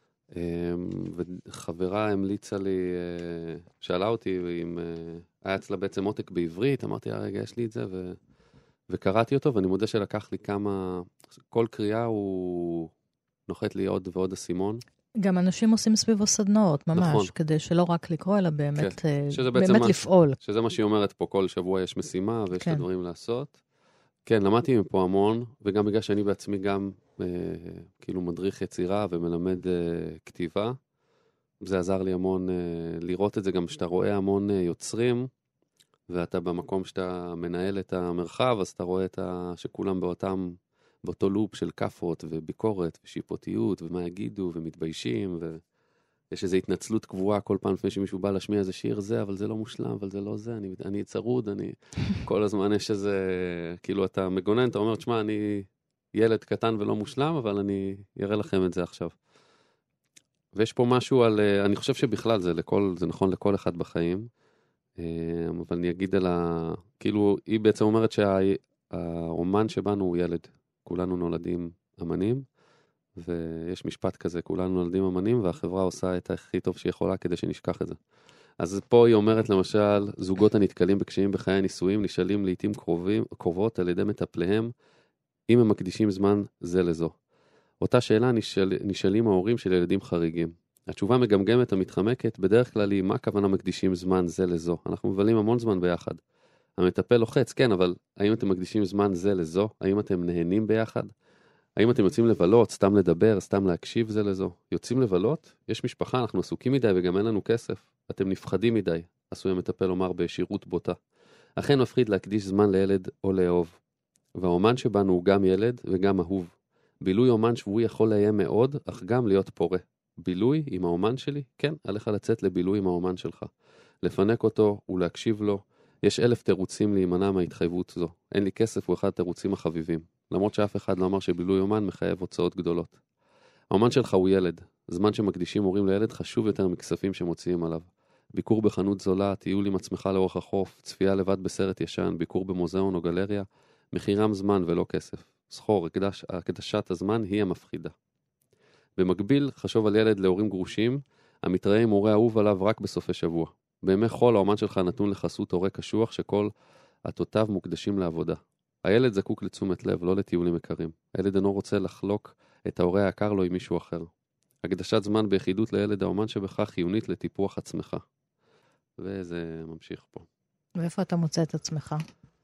וחברה המליצה לי, שאלה אותי אם היה אצלה בעצם עותק בעברית, אמרתי, רגע, יש לי את זה, ו... וקראתי אותו, ואני מודה שלקח לי כמה, כל קריאה הוא נוחת לי עוד ועוד הסימון. גם אנשים עושים סביבו סדנאות, ממש, נכון. כדי שלא רק לקרוא, אלא באמת, כן. באמת מה, לפעול. שזה מה שהיא אומרת פה, כל שבוע יש משימה, ויש כן. דברים לעשות. כן, למדתי מפה המון, וגם בגלל שאני בעצמי גם אה, כאילו מדריך יצירה ומלמד אה, כתיבה, זה עזר לי המון אה, לראות את זה, גם שאתה רואה המון אה, יוצרים, ואתה במקום שאתה מנהל את המרחב, אז אתה רואה את ה... שכולם באותם, באותו לופ של כפות וביקורת ושיפוטיות, ומה יגידו ומתביישים, ויש איזו התנצלות קבועה כל פעם לפני שמישהו בא להשמיע איזה שיר זה, אבל זה לא מושלם, אבל זה לא זה, אני, אני צרוד, אני... כל הזמן יש איזה... כאילו אתה מגונן, אתה אומר, תשמע, אני ילד קטן ולא מושלם, אבל אני אראה לכם את זה עכשיו. ויש פה משהו על... אני חושב שבכלל זה, לכל, זה נכון לכל אחד בחיים, אבל אני אגיד על ה... כאילו, היא בעצם אומרת שהאומן שבנו הוא ילד. כולנו נולדים אמנים, ויש משפט כזה, כולנו נולדים אמנים, והחברה עושה את הכי טוב שהיא יכולה כדי שנשכח את זה. אז פה היא אומרת למשל, זוגות הנתקלים בקשיים בחיי הנישואים, נשאלים לעתים קרובים, קרובות על ידי מטפליהם, אם הם מקדישים זמן זה לזו. אותה שאלה נשאל, נשאלים ההורים של ילדים חריגים. התשובה מגמגמת המתחמקת, בדרך כלל היא מה הכוונה מקדישים זמן זה לזו. אנחנו מבלים המון זמן ביחד. המטפל לוחץ, כן, אבל האם אתם מקדישים זמן זה לזו? האם אתם נהנים ביחד? האם אתם יוצאים לבלות, סתם לדבר, סתם להקשיב זה לזו? יוצאים לבלות? יש משפחה, אנחנו עסוקים מדי וגם אין לנו כסף. אתם נפחדים מדי, עשוי המטפל לומר בישירות בוטה. אכן מפחיד להקדיש זמן לילד או לאהוב. והאומן שבנו הוא גם ילד וגם אהוב. בילוי אומן שבועי יכול להיהיה מאוד, אך גם להיות פורה. בילוי עם האומן שלי? כן, עליך לצאת לבילוי עם האומן שלך. לפנק אותו ולהקשיב לו, יש אלף תירוצים להימנע מההתחייבות זו. אין לי כסף, הוא אחד התירוצים החביבים. למרות שאף אחד לא אמר שבילוי אומן מחייב הוצאות גדולות. האומן שלך הוא ילד. זמן שמקדישים הורים לילד חשוב יותר מכספים שמוציאים עליו. ביקור בחנות זולה, טיול עם עצמך לאורך החוף, צפייה לבד בסרט ישן, ביקור במוזיאון או גלריה, מחירם זמן ולא כסף. זכור, הקדש, הקדשת הזמן היא המפחידה. במקביל, חשוב על ילד להורים גרושים, המתראה עם הורה אהוב עליו רק בסופי שבוע. בימי חול, האומן שלך נתון לחסות הורה קשוח שכל עתותיו מוקדשים לעבודה. הילד זקוק לתשומת לב, לא לטיולים יקרים. הילד אינו רוצה לחלוק את ההורה היקר לו עם מישהו אחר. הקדשת זמן ביחידות לילד האומן שבך חיונית לטיפוח עצמך. וזה ממשיך פה. ואיפה אתה מוצא את עצמך?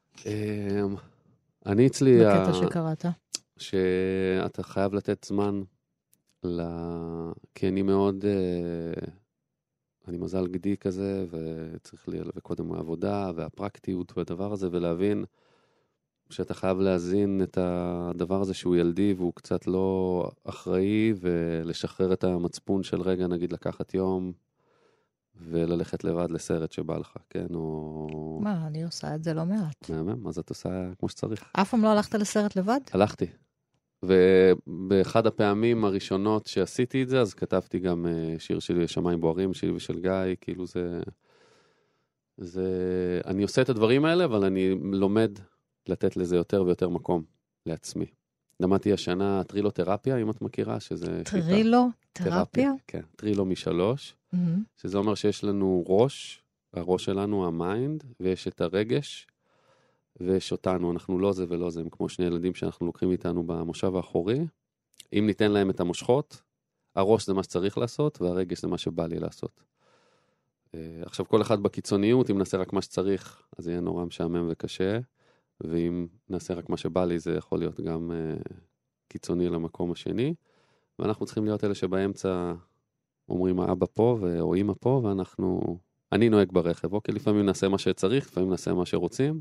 אני אצלי... בקטע שקראת. שאתה חייב לתת זמן, כי אני מאוד... אני מזל גדי כזה, וצריך לי וקודם העבודה והפרקטיות והדבר הזה, ולהבין שאתה חייב להזין את הדבר הזה שהוא ילדי, והוא קצת לא אחראי, ולשחרר את המצפון של רגע, נגיד לקחת יום, וללכת לבד לסרט שבא לך, כן? או... מה, אני עושה את זה לא מעט. מהמם, אז את עושה כמו שצריך. אף פעם לא הלכת לסרט לבד? הלכתי. ובאחד הפעמים הראשונות שעשיתי את זה, אז כתבתי גם שיר שלי, שמיים בוערים, שלי ושל גיא, כאילו זה... זה... אני עושה את הדברים האלה, אבל אני לומד לתת לזה יותר ויותר מקום לעצמי. למדתי השנה טרילותרפיה, אם את מכירה, שזה... טרילותרפיה? כן, טרילו משלוש, mm-hmm. שזה אומר שיש לנו ראש, הראש שלנו, המיינד, ויש את הרגש, ויש אותנו, אנחנו לא זה ולא זה, הם כמו שני ילדים שאנחנו לוקחים איתנו במושב האחורי. אם ניתן להם את המושכות, הראש זה מה שצריך לעשות, והרגש זה מה שבא לי לעשות. עכשיו, כל אחד בקיצוניות, אם נעשה רק מה שצריך, אז זה יהיה נורא משעמם וקשה, ואם נעשה רק מה שבא לי, זה יכול להיות גם uh, קיצוני למקום השני, ואנחנו צריכים להיות אלה שבאמצע אומרים, האבא פה, או אמא פה, ואנחנו, אני נוהג ברכב, אוקיי, לפעמים נעשה מה שצריך, לפעמים נעשה מה שרוצים,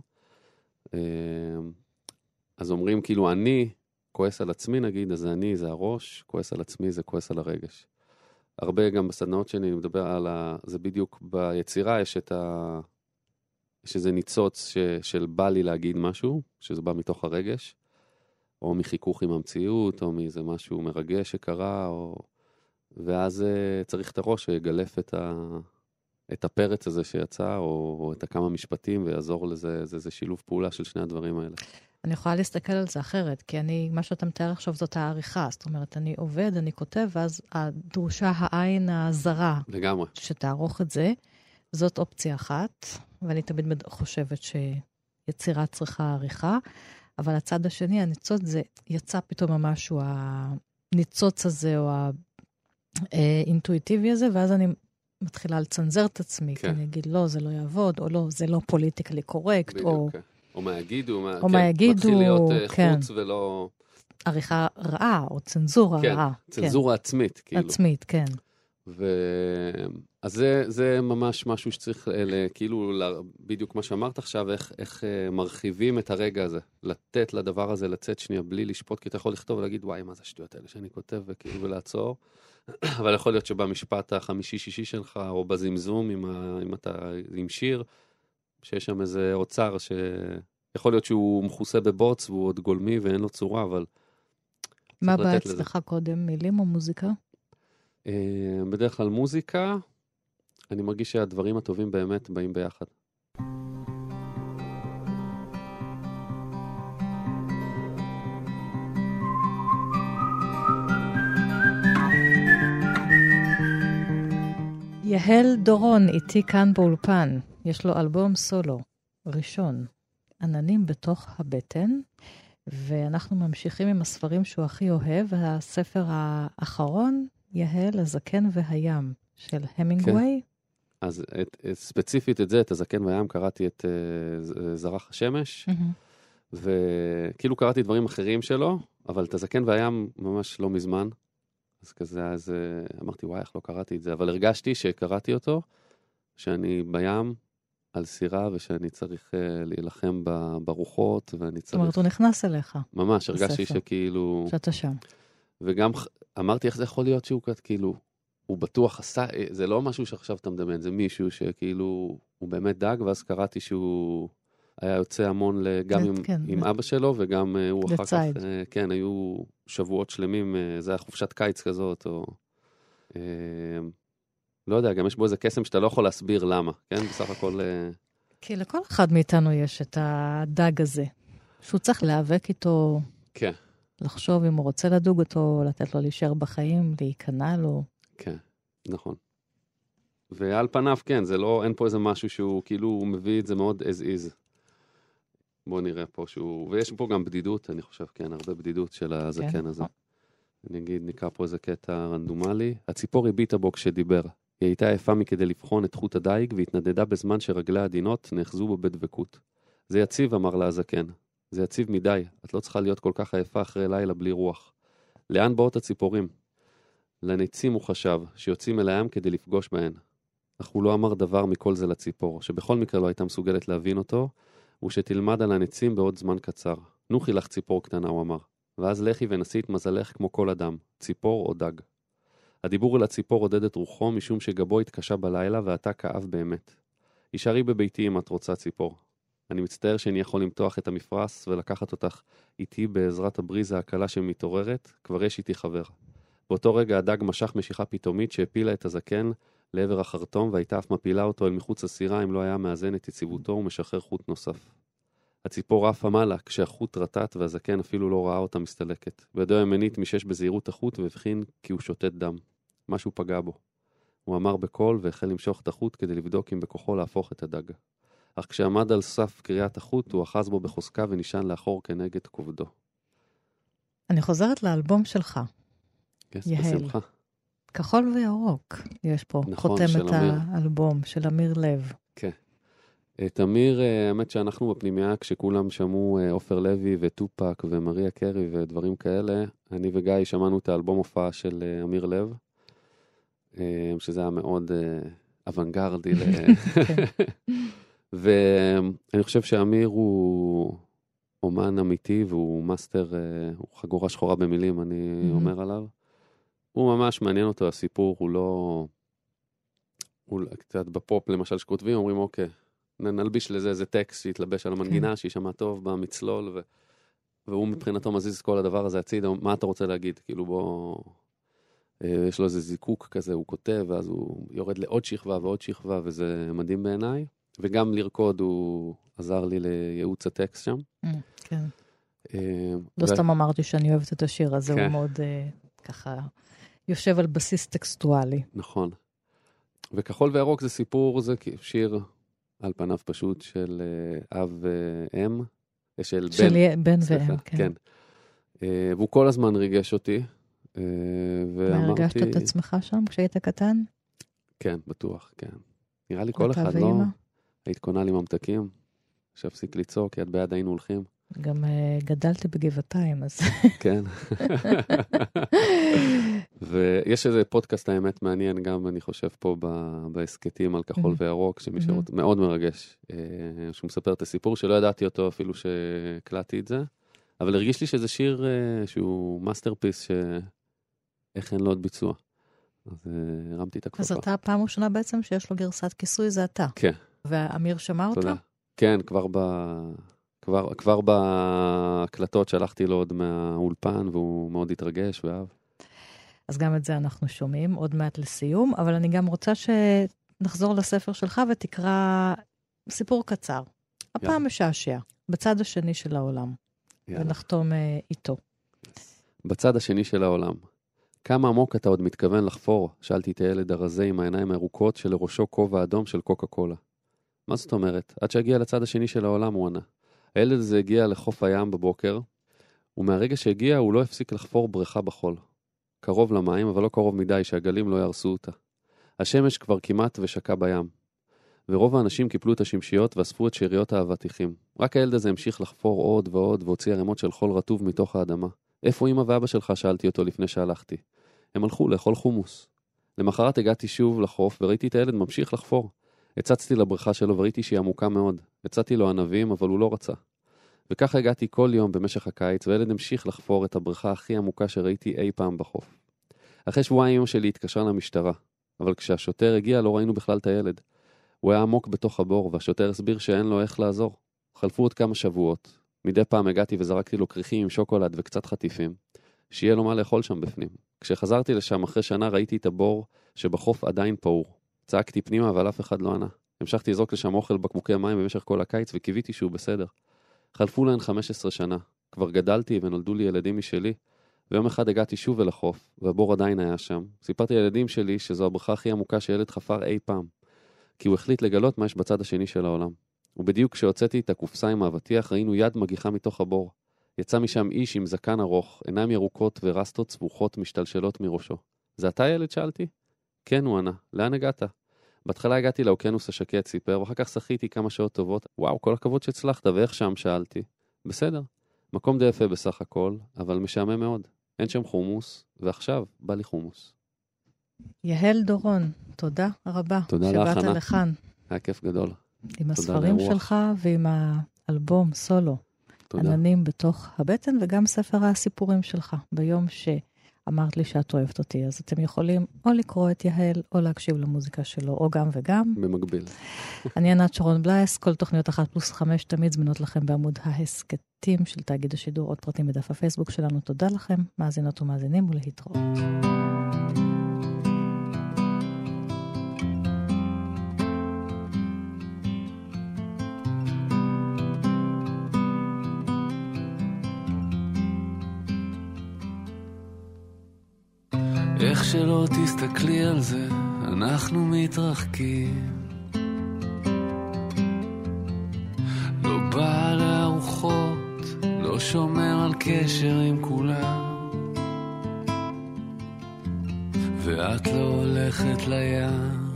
אז אומרים כאילו אני כועס על עצמי נגיד, אז אני זה הראש, כועס על עצמי זה כועס על הרגש. הרבה גם בסדנאות שלי, אני מדבר על ה... זה בדיוק ביצירה, יש את ה... יש איזה ניצוץ ש... של בא לי להגיד משהו, שזה בא מתוך הרגש, או מחיכוך עם המציאות, או מאיזה משהו מרגש שקרה, או... ואז צריך את הראש שיגלף את ה... את הפרץ הזה שיצא, או, או את הכמה משפטים, ויעזור לזה, זה, זה שילוב פעולה של שני הדברים האלה. אני יכולה להסתכל על זה אחרת, כי אני, מה שאתה מתאר עכשיו זאת העריכה, זאת אומרת, אני עובד, אני כותב, ואז הדרושה העין הזרה. לגמרי. שתערוך את זה, זאת אופציה אחת, ואני תמיד חושבת שיצירה צריכה עריכה, אבל הצד השני, הניצוץ זה, יצא פתאום משהו, הניצוץ הזה, או האינטואיטיבי הזה, ואז אני מתחילה לצנזר את עצמי, כן. כי אני אגיד, לא, זה לא יעבוד, או לא, זה לא פוליטיקלי קורקט, בדיוק, או... כן. או מה יגידו, מה, או כן, מה יגידו, מתחיל להיות כן. חוץ ולא... עריכה רעה, או צנזורה כן, רעה. צנזורה כן. עצמית, כאילו. עצמית, כן. ו... אז זה, זה ממש משהו שצריך, אלה, כאילו, בדיוק מה שאמרת עכשיו, איך, איך מרחיבים את הרגע הזה, לתת לדבר הזה לצאת שנייה בלי לשפוט, כי אתה יכול לכתוב ולהגיד, וואי, מה זה השטויות האלה שאני כותב, וכאילו, ולעצור. אבל יכול להיות שבמשפט החמישי-שישי שלך, או בזמזום, עם, ה... עם, אתה... עם שיר, שיש שם איזה אוצר, שיכול להיות שהוא מכוסה בבוץ, והוא עוד גולמי ואין לו צורה, אבל... מה בא אצלך קודם, מילים או מוזיקה? בדרך כלל מוזיקה, אני מרגיש שהדברים הטובים באמת באים ביחד. יהל דורון איתי כאן באולפן, יש לו אלבום סולו ראשון, עננים בתוך הבטן, ואנחנו ממשיכים עם הספרים שהוא הכי אוהב, הספר האחרון, יהל, הזקן והים, של המינגווי. כן. אז את, ספציפית את זה, את הזקן והים, קראתי את uh, זרח השמש, mm-hmm. וכאילו קראתי דברים אחרים שלו, אבל את הזקן והים ממש לא מזמן, אז כזה, אז אמרתי, וואי, איך לא קראתי את זה, אבל הרגשתי שקראתי אותו, שאני בים על סירה, ושאני צריך uh, להילחם ברוחות, ואני צריך... זאת אומרת, הוא נכנס אליך. ממש, הרגשתי שכאילו... שאתה שם. וגם אמרתי איך זה יכול להיות שהוא כאילו, הוא בטוח עשה, זה לא משהו שעכשיו אתה מדמיין, זה מישהו שכאילו, הוא באמת דג, ואז קראתי שהוא היה יוצא המון גם עם, כן, עם אבא שלו, וגם הוא אחר כך, כן, היו שבועות שלמים, זה היה חופשת קיץ כזאת, או, לא יודע, גם יש בו איזה קסם שאתה לא יכול להסביר למה, כן? בסך הכל... כי לכל אחד מאיתנו יש את הדג הזה, שהוא צריך להיאבק איתו, כן. לחשוב אם הוא רוצה לדוג אותו, לתת לו להישאר בחיים, להיכנע לו. כן, נכון. ועל פניו, כן, זה לא, אין פה איזה משהו שהוא, כאילו, הוא מביא את זה מאוד as is. בואו נראה פה שהוא, ויש פה גם בדידות, אני חושב, כן, הרבה בדידות של הזקן כן. הזה. אני אגיד, נקרא פה איזה קטע רנדומלי. הציפור הביטה בו כשדיבר. היא הייתה יפה מכדי לבחון את חוט הדייג, והתנדדה בזמן שרגלי עדינות נאחזו בו בדבקות. זה יציב, אמר לה הזקן. זה יציב מדי, את לא צריכה להיות כל כך עייפה אחרי לילה בלי רוח. לאן באות הציפורים? לניצים הוא חשב, שיוצאים אל הים כדי לפגוש בהן. אך הוא לא אמר דבר מכל זה לציפור, שבכל מקרה לא הייתה מסוגלת להבין אותו, ושתלמד על הניצים בעוד זמן קצר. נוחי לך ציפור קטנה, הוא אמר. ואז לכי ונסי את מזלך כמו כל אדם, ציפור או דג. הדיבור אל הציפור עודד את רוחו, משום שגבו התקשה בלילה ועתה כאב באמת. הישארי בביתי אם את רוצה ציפור. אני מצטער שאני יכול למתוח את המפרס ולקחת אותך איתי בעזרת הבריזה הקלה שמתעוררת, כבר יש איתי חבר. באותו רגע הדג משך משיכה פתאומית שהפילה את הזקן לעבר החרטום, והייתה אף מפילה אותו אל מחוץ הסירה אם לא היה מאזן את יציבותו ומשחרר חוט נוסף. הציפור עפה מעלה כשהחוט רטט והזקן אפילו לא ראה אותה מסתלקת. בידו הימנית מישש בזהירות החוט והבחין כי הוא שותת דם. משהו פגע בו. הוא אמר בקול והחל למשוך את החוט כדי לבדוק אם בכוחו להפוך את הדג. אך כשעמד על סף קריאת החוט הוא אחז בו בחוזקה ונשען לאחור כנגד כובדו. אני חוזרת לאלבום שלך. כן, בשמחה. כחול וירוק. יש פה נכון, חותמת האלבום של אמיר לב. כן. את אמיר, האמת שאנחנו בפנימיה, כשכולם שמעו אופר לוי וטופק ומריה קרי ודברים כאלה, אני וגיא שמענו את האלבום הופעה של אמיר לב, שזה היה מאוד אוונגרדי. ואני חושב שאמיר הוא אומן אמיתי, והוא מאסטר, הוא חגורה שחורה במילים, אני אומר עליו. הוא ממש מעניין אותו, הסיפור הוא לא, הוא קצת בפופ למשל שכותבים, אומרים אוקיי, נלביש לזה איזה טקסט שיתלבש על המנגינה, שישמע טוב במצלול, ו... והוא מבחינתו מזיז את כל הדבר הזה הצידה, מה אתה רוצה להגיד? כאילו בוא, יש לו איזה זיקוק כזה, הוא כותב, ואז הוא יורד לעוד שכבה ועוד שכבה, וזה מדהים בעיניי. וגם לרקוד הוא עזר לי לייעוץ הטקסט שם. כן. לא סתם אמרתי שאני אוהבת את השיר הזה, הוא מאוד ככה יושב על בסיס טקסטואלי. נכון. וכחול וירוק זה סיפור, זה שיר על פניו פשוט של אב ואם, של בן. בן ואם, כן. והוא כל הזמן ריגש אותי. והרגשת את עצמך שם כשהיית קטן? כן, בטוח, כן. נראה לי כל אחד לא... היית קונה לי ממתקים, שהפסיק ליצור, כי עד ביד היינו הולכים. גם uh, גדלתי בגבעתיים, אז... כן. ויש איזה פודקאסט האמת מעניין, גם אני חושב פה בעסקתים על כחול וירוק, שמי שרוצה, מאוד מרגש, שהוא מספר את הסיפור, שלא ידעתי אותו אפילו שהקלטתי את זה, אבל הרגיש לי שזה שיר שהוא מאסטרפיס, שאיך אין לו עוד ביצוע. אז הרמתי את הכפפה. אז אתה פעם ראשונה בעצם שיש לו גרסת כיסוי, זה אתה. כן. ואמיר שמע אותו? כן, כבר ב... כבר, כבר בהקלטות שלחתי לו עוד מהאולפן, והוא מאוד התרגש ואהב. אז גם את זה אנחנו שומעים, עוד מעט לסיום, אבל אני גם רוצה שנחזור לספר שלך ותקרא סיפור קצר. הפעם משעשע, בצד השני של העולם. יאללה. ונחתום איתו. בצד השני של העולם. כמה עמוק אתה עוד מתכוון לחפור? שאלתי את הילד הרזה עם העיניים הירוקות שלראשו כובע אדום של קוקה קולה. מה זאת אומרת? עד שהגיע לצד השני של העולם הוא ענה. הילד הזה הגיע לחוף הים בבוקר, ומהרגע שהגיע הוא לא הפסיק לחפור בריכה בחול. קרוב למים, אבל לא קרוב מדי שהגלים לא ירסו אותה. השמש כבר כמעט ושקע בים. ורוב האנשים קיפלו את השמשיות ואספו את שאריות האבטיחים. רק הילד הזה המשיך לחפור עוד ועוד והוציא ערימות של חול רטוב מתוך האדמה. איפה אמא ואבא שלך? שאלתי אותו לפני שהלכתי. הם הלכו לאכול חומוס. למחרת הגעתי שוב לחוף וראיתי את הילד ממשיך לחפור. הצצתי לבריכה שלו וראיתי שהיא עמוקה מאוד. הצעתי לו ענבים, אבל הוא לא רצה. וככה הגעתי כל יום במשך הקיץ, והילד המשיך לחפור את הבריכה הכי עמוקה שראיתי אי פעם בחוף. אחרי שבועיים אמא שלי התקשרה למשטרה, אבל כשהשוטר הגיע לא ראינו בכלל את הילד. הוא היה עמוק בתוך הבור, והשוטר הסביר שאין לו איך לעזור. חלפו עוד כמה שבועות. מדי פעם הגעתי וזרקתי לו כריכים עם שוקולד וקצת חטיפים, שיהיה לו מה לאכול שם בפנים. כשחזרתי לשם אחרי שנה ראיתי את הבור שבחוף עדיין פעור. צעקתי פנימה אבל אף אחד לא ענה. המשכתי לזרוק לשם אוכל בקבוקי מים במשך כל הקיץ וקיוויתי שהוא בסדר. חלפו להן חמש עשרה שנה. כבר גדלתי ונולדו לי ילדים משלי, ויום אחד הגעתי שוב אל החוף, והבור עדיין היה שם. סיפרתי לילדים שלי שזו הבריכה הכי עמוקה שילד חפר אי פעם, כי הוא החליט לגלות מה יש בצד השני של העולם. ובדיוק כשהוצאתי את הקופסה עם האבטיח, ראינו יד מגיחה מתוך הבור. יצא משם איש עם זקן ארוך, עיניים ירוקות ורסטות צבוכות משתלשלות מראשו. זה אתה ילד? שאלתי? כן, הוא ענה. לאן הגעת? בהתחלה הגעתי לאוקיינוס השקט, סיפר, ואחר כך שחיתי כמה שעות טובות. וואו, כל הכבוד שהצלחת, ואיך שם? שאלתי. בסדר. מקום די יפה בסך הכל, אבל משעמם מאוד. אין שם חומוס, ועכשיו בא לי חומוס. יהל דורון, תודה רבה. תודה לך, שבאת ענת. לכאן. היה כיף גדול. עם הספרים שלך ועם האלבום סולו. תודה. עננים בתוך הבטן, וגם ספר הסיפורים שלך, ביום שאמרת לי שאת אוהבת אותי. אז אתם יכולים או לקרוא את יהל, או להקשיב למוזיקה שלו, או גם וגם. במקביל. אני ענת שרון בלייס, כל תוכניות אחת פלוס חמש תמיד זמינות לכם בעמוד ההסקטים של תאגיד השידור, עוד פרטים בדף הפייסבוק שלנו. תודה לכם, מאזינות ומאזינים, ולהתראות. איך שלא תסתכלי על זה, אנחנו מתרחקים. לא בא לארוחות, לא שומר על קשר עם כולם. ואת לא הולכת לים.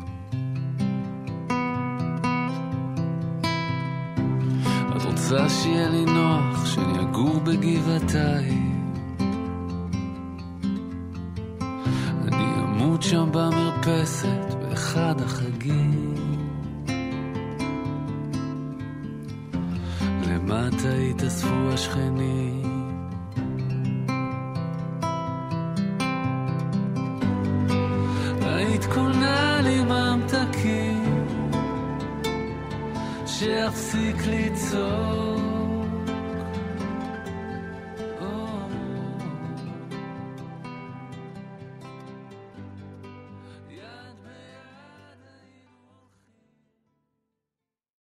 את רוצה שיהיה לי נוח, שאני אגור בגבעתיים. שם במרפסת באחד החגים. למטה התאספו השכנים. היית קונה לי ממתקים, שאפסיק ליצור.